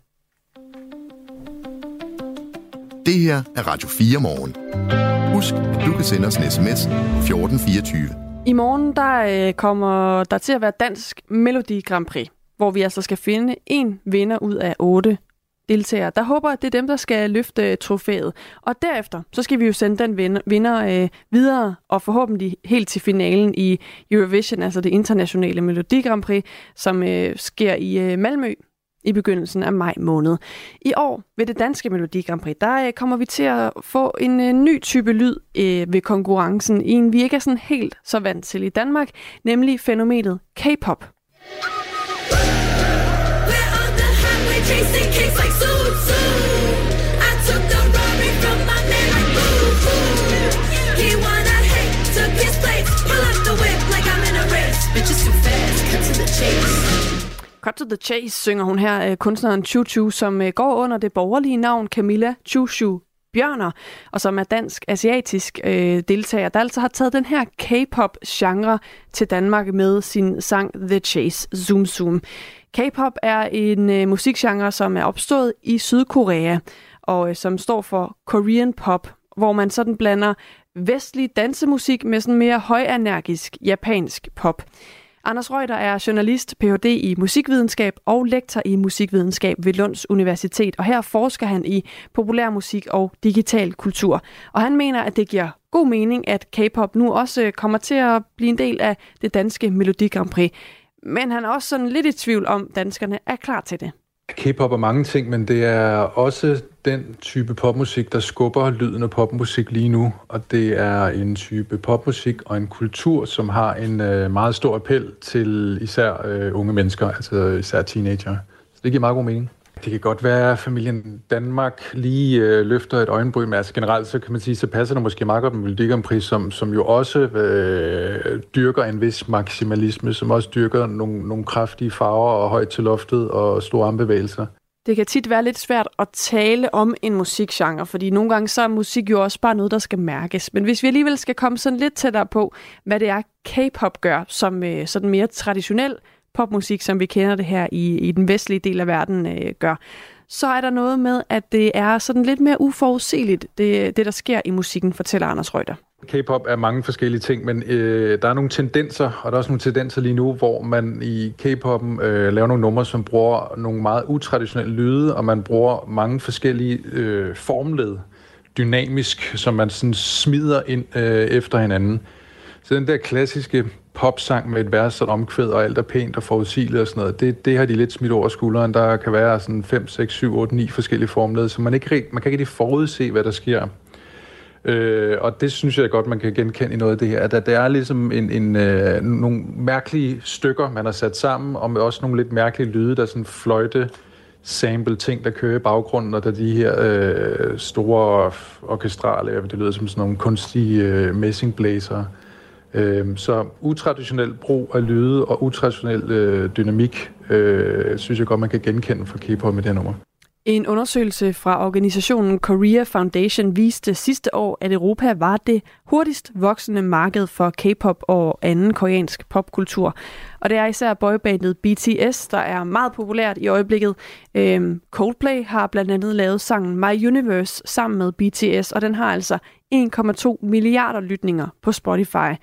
Det her er Radio fire morgen. Husk, at du kan sende os en sms fjorten fireogtyve. I morgen der øh, kommer der til at være Dansk Melodi Grand Prix, hvor vi altså skal finde en vinder ud af otte deltagere. Der håber, at det er dem, der skal løfte trofæet. Og derefter, så skal vi jo sende den vinder, vinder øh, videre, og forhåbentlig helt til finalen i Eurovision, altså det internationale Melodi Grand Prix, som øh, sker i øh, Malmø i begyndelsen af maj måned. I år ved det danske Melodi Grand Prix, der øh, kommer vi til at få en øh, ny type lyd øh, ved konkurrencen, en vi ikke er sådan helt så vant til i Danmark, nemlig fænomenet K-pop. Chasing kicks like Zoo Zoo. I took the Rari from my man like Boo Boo. He wanna hate, took his place. Pull up the whip like I'm in a race. Bitches too fast, cut to the chase. Cut to the chase, synger hun her, kunstneren Choo Choo, som går under det borgerlige navn Camilla Choo Choo Bjørner, og som er dansk-asiatisk øh, deltager, der altså har taget den her K-pop-genre til Danmark med sin sang The Chase Zoom Zoom. K-pop er en øh, musikgenre, som er opstået i Sydkorea, og øh, som står for Korean Pop, hvor man sådan blander vestlig dansemusik med sådan mere højenergisk japansk pop. Anders Reuter er journalist, P H D i musikvidenskab og lektor i musikvidenskab ved Lunds Universitet, og her forsker han i populærmusik og digital kultur. Og han mener, at det giver god mening, at K-pop nu også kommer til at blive en del af det danske Melodi Grand Prix. Men han er også sådan lidt i tvivl om, danskerne er klar til det. K-pop er mange ting, men det er også den type popmusik, der skubber lyden af popmusik lige nu. Og det er en type popmusik og en kultur, som har en øh, meget stor appel til især øh, unge mennesker, altså især teenager. Så det giver meget god mening. Det kan godt være, at familien Danmark lige øh, løfter et øjenbryn, men altså generelt så kan man sige, så passer det måske meget godt med Melodi Grand Prix, som, som jo også øh, dyrker en vis maksimalisme, som også dyrker nogle, nogle kraftige farver og højt til loftet og store armbevægelser. Det kan tit være lidt svært at tale om en musikgenre, fordi nogle gange så er musik jo også bare noget, der skal mærkes. Men hvis vi alligevel skal komme sådan lidt tættere på, hvad det er, K-pop gør, som øh, sådan mere traditionel popmusik, som vi kender det her i, i den vestlige del af verden øh, gør, så er der noget med, at det er sådan lidt mere uforudsigeligt, det, det der sker i musikken, fortæller Anders Reuter. K-pop er mange forskellige ting, men øh, der er nogle tendenser, og der er også nogle tendenser lige nu, hvor man i K-poppen øh, laver nogle numre, som bruger nogle meget utraditionelle lyde, og man bruger mange forskellige øh, formled, dynamisk, som man sådan smider ind øh, efter hinanden. Så den der klassiske popsang med et vers og et omkvæd, og alt er pænt og forudsigeligt og sådan noget, det, det har de lidt smidt over skulderen. Der kan være sådan fem, seks, syv, otte, ni forskellige formled, så man, ikke, man kan ikke rigtig forudse, hvad der sker. Øh, og det synes jeg godt, man kan genkende i noget af det her, at der er ligesom en, en, øh, nogle mærkelige stykker, man har sat sammen, og med også nogle lidt mærkelige lyde, der er sådan fløjte sample ting, der kører i baggrunden, og der er de her øh, store orkestrale, det lyder som sådan nogle kunstige øh, messingblæsere. Øh, så utraditionel brug af lyde og utraditionel øh, dynamik, øh, synes jeg godt, man kan genkende fra K-pop med det her nummer. En undersøgelse fra organisationen Korea Foundation viste sidste år, at Europa var det hurtigst voksende marked for K-pop og anden koreansk popkultur. Og det er især boybandet B T S, der er meget populært i øjeblikket. Øhm, Coldplay har blandt andet lavet sangen My Universe sammen med B T S, og den har altså en komma to milliarder lytninger på Spotify.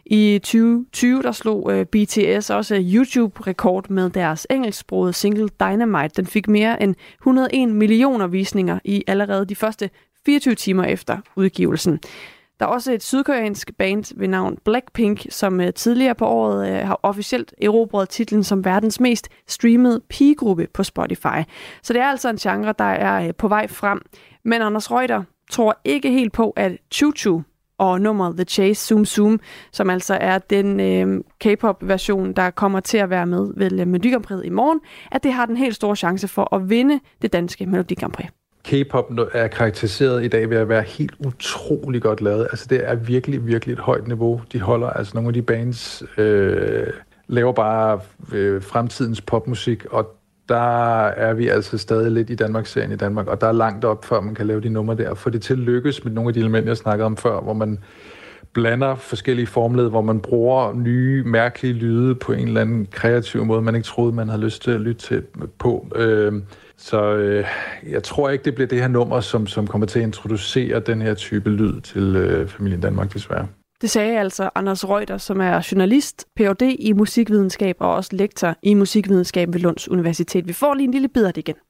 I tyve tyve der slog øh, B T S også YouTube-rekord med deres engelsksprogede single Dynamite. Den fik mere end et hundrede og en millioner visninger i allerede de første fireogtyve timer efter udgivelsen. Der er også et sydkoreansk band ved navn Blackpink, som øh, tidligere på året øh, har officielt erobret titlen som verdens mest streamede pigegruppe på Spotify. Så det er altså en genre, der er øh, på vej frem. Men Anders Reuter tror ikke helt på, at Choo Choo og nummeret The Chase Zoom Zoom, som altså er den øh, K-pop-version, der kommer til at være med ved Melodi Grand Prix i morgen, at det har den helt store chance for at vinde det danske Melodi Grand Prix. K-pop er karakteriseret i dag ved at være helt utrolig godt lavet. Altså det er virkelig, virkelig et højt niveau. De holder, altså nogle af de bands øh, laver bare øh, fremtidens popmusik, og der er vi altså stadig lidt i Danmarks-serien i Danmark, og der er langt op, før man kan lave de numre der. For det til at lykkes med nogle af de elementer, jeg snakkede om før, hvor man blander forskellige formled, hvor man bruger nye, mærkelige lyde på en eller anden kreativ måde, man ikke troede, man havde lyst til at lytte til på. Øh, Så øh, jeg tror ikke, det bliver det her nummer, som, som kommer til at introducere den her type lyd til øh, familien Danmark, desværre. Det sagde altså Anders Reuter, som er journalist, P H D i musikvidenskab og også lektor i musikvidenskab ved Lunds Universitet. Vi får lige en lille bid af det igen.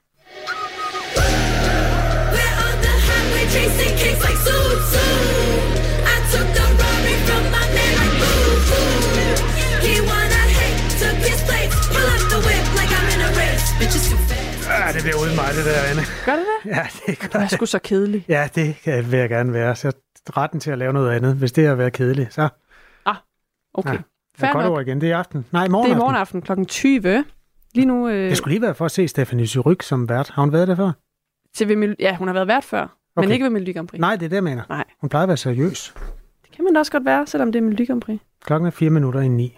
Ja, det bliver uden mig, det der, Anne. Gør det det? Ja, det gør det. er sgu så kedeligt. Ja, det vil jeg gerne være. Så retten til at lave noget andet, hvis det har været kedeligt, så... Ah, okay. Ja. Jeg godt over igen. Det er i aften. Nej, i morgen Det er i morgen aften klokken tyve. Lige nu... Øh... Det skulle lige være for at se Stephanie Suryk som vært. Har hun været der før? Til ved, ja, hun har været vært før, okay. Men ikke ved Melodi Grand Prix. Nej, det er det, jeg mener. Nej. Hun plejer at være seriøs. Det kan man da også godt være, selvom det er Melodi Grand Prix. Klokken er fire minutter i ni.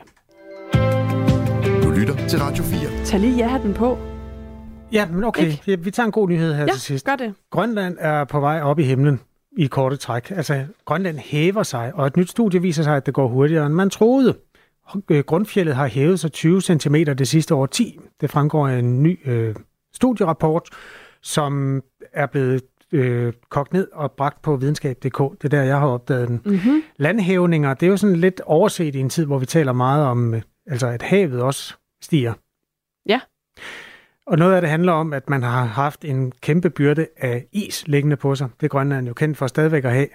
Du lytter til Radio fire. Tag lige ja-hatten på. Ja, men okay. Ikke? Vi tager en god nyhed her ja, til sidst. Gør det. Grønland er på vej op i himlen i korte træk. Altså, Grønland hæver sig, og et nyt studie viser sig, at det går hurtigere, end man troede. Grundfjeldet har hævet sig tyve centimeter det sidste årti. Det fremgår af en ny øh, studierapport, som er blevet øh, kogt ned og bragt på videnskab punktum d k. Det er der, jeg har opdaget den. Mm-hmm. Landhævninger, det er jo sådan lidt overset i en tid, hvor vi taler meget om, øh, altså at havet også stiger. Ja. Og noget af det handler om, at man har haft en kæmpe byrde af is liggende på sig. Det er Grønland jo kendt for stadigvæk at have.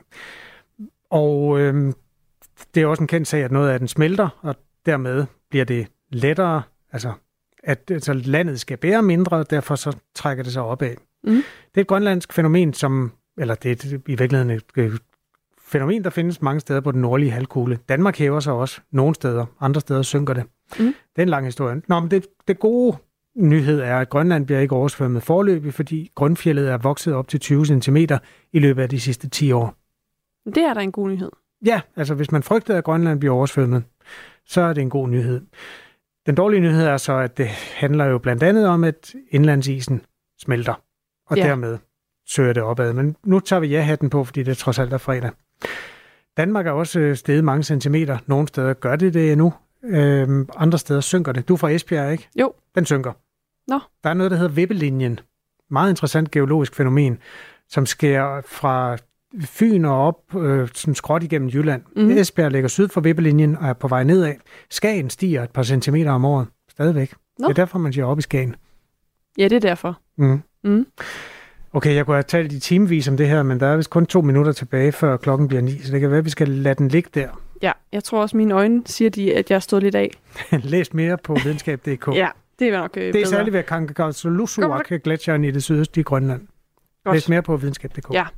Og øh, det er også en kendt sag, at noget af den smelter, og dermed bliver det lettere, altså at altså, landet skal bære mindre, og derfor så trækker det sig opad. Mm. Det er et grønlandsk fænomen, som, eller det er et, i virkeligheden et, et fænomen, der findes mange steder på den nordlige halvkugle. Danmark hæver sig også nogle steder, andre steder synker det. Mm. Det er en lang historie. Nå, men det, det gode nyhed er, at Grønland bliver ikke oversvømmet forløbig, fordi grundfjeldet er vokset op til tyve centimeter i løbet af de sidste ti år. Det er da en god nyhed. Ja, altså hvis man frygter, at Grønland bliver oversvømmet, så er det en god nyhed. Den dårlige nyhed er så, at det handler jo blandt andet om, at indlandsisen smelter, og ja. dermed søger det opad. Men nu tager vi ja-hatten på, fordi det trods alt er fredag. Danmark er også steget mange centimeter. Nogle steder gør det det endnu. Øhm, andre steder synker det. Du er fra Esbjerg, ikke? Jo. Den synker. Nå. Der er noget, der hedder vippelinjen. Meget interessant geologisk fænomen, som sker fra Fyn og op, øh, sådan skråt igennem Jylland. Mm. Esbjerg ligger syd for vippelinjen og er på vej nedad. Skagen stiger et par centimeter om året. Stadigvæk. Nå. Det er derfor, man siger op i Skagen. Ja, det er derfor. Mm. Mm. Okay, jeg kunne have talt i timevis om det her, men der er vist kun to minutter tilbage, før klokken bliver ni, så det kan være, at vi skal lade den ligge der. Ja, jeg tror også, mine øjne siger, de, at jeg har stået lidt af. Læs mere på videnskab punktum d k. Ja, det er nok øh, Det er bedre. særligt ved Kangerlussuaq-gletsjeren i det sydøstlige Grønland. Godt. Læs mere på videnskab punktum d k. Ja.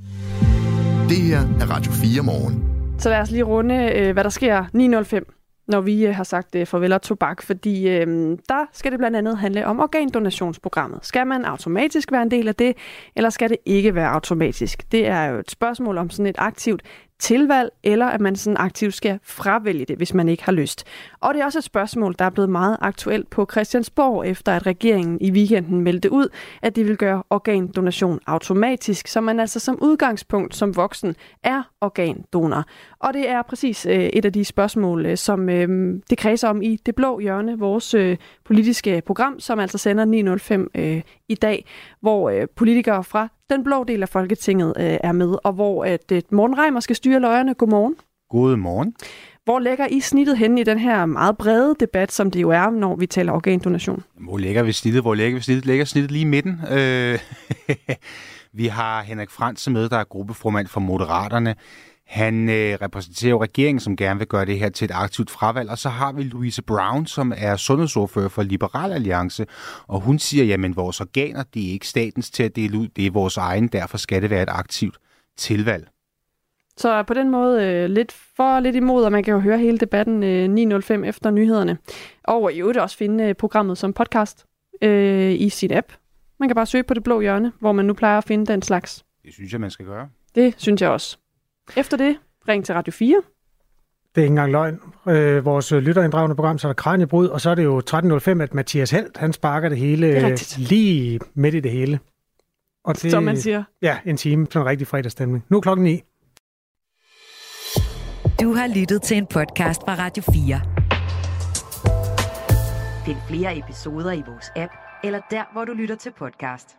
Det her er Radio fire morgen. Så lad os lige runde, øh, hvad der sker ni nul fem, når vi øh, har sagt øh, farvel og tobak, fordi øh, der skal det blandt andet handle om organdonationsprogrammet. Skal man automatisk være en del af det, eller skal det ikke være automatisk? Det er jo et spørgsmål om sådan et aktivt tilvalg, eller at man sådan aktivt skal fravælge det, hvis man ikke har lyst. Og det er også et spørgsmål, der er blevet meget aktuelt på Christiansborg, efter at regeringen i weekenden meldte ud, at de vil gøre organdonation automatisk, så man altså som udgangspunkt som voksen er organdonor. Og det er præcis øh, et af de spørgsmål, øh, som øh, det kredser om i Det Blå Hjørne, vores øh, politiske program, som altså sender ni nul fem øh, i dag, hvor øh, politikere fra den blå del af Folketinget øh, er med, og hvor at, øh, Morten Reimer skal styre løjerne. Godmorgen. Godmorgen. Hvor lægger I snittet henne i den her meget brede debat, som det jo er, når vi taler organdonation? Hvor lægger vi snittet? Hvor lægger vi snittet? Lægger snittet lige i midten. Øh, vi har Henrik Frandsen med, der er gruppeformand for Moderaterne. Han øh, repræsenterer jo regeringen, som gerne vil gøre det her til et aktivt fravalg. Og så har vi Louise Brown, som er sundhedsordfører for Liberal Alliance. Og hun siger, jamen vores organer, det er ikke statens til at dele ud, det er vores egen, derfor skal det være et aktivt tilvalg. Så på den måde øh, lidt for lidt imod, og man kan jo høre hele debatten øh, ni nul fem efter nyhederne. Og i øvrigt også finde øh, programmet som podcast øh, i sin app. Man kan bare søge på Det Blå Hjørne, hvor man nu plejer at finde den slags. Det synes jeg, man skal gøre. Det synes jeg også. Efter det, ring til Radio fire. Det er ikke engang løgn. Øh, vores lytterinddragende program, så er der Kraniebrud, og så er det jo tretten nul fem, at Mathias Helt, han sparker det hele det lige midt i det hele. Og det, som man siger. Ja, en time, sådan en rigtig fredagsstemning. Nu er klokken ni. Du har lyttet til en podcast fra Radio fire. Find flere episoder i vores app, eller der, hvor du lytter til podcast.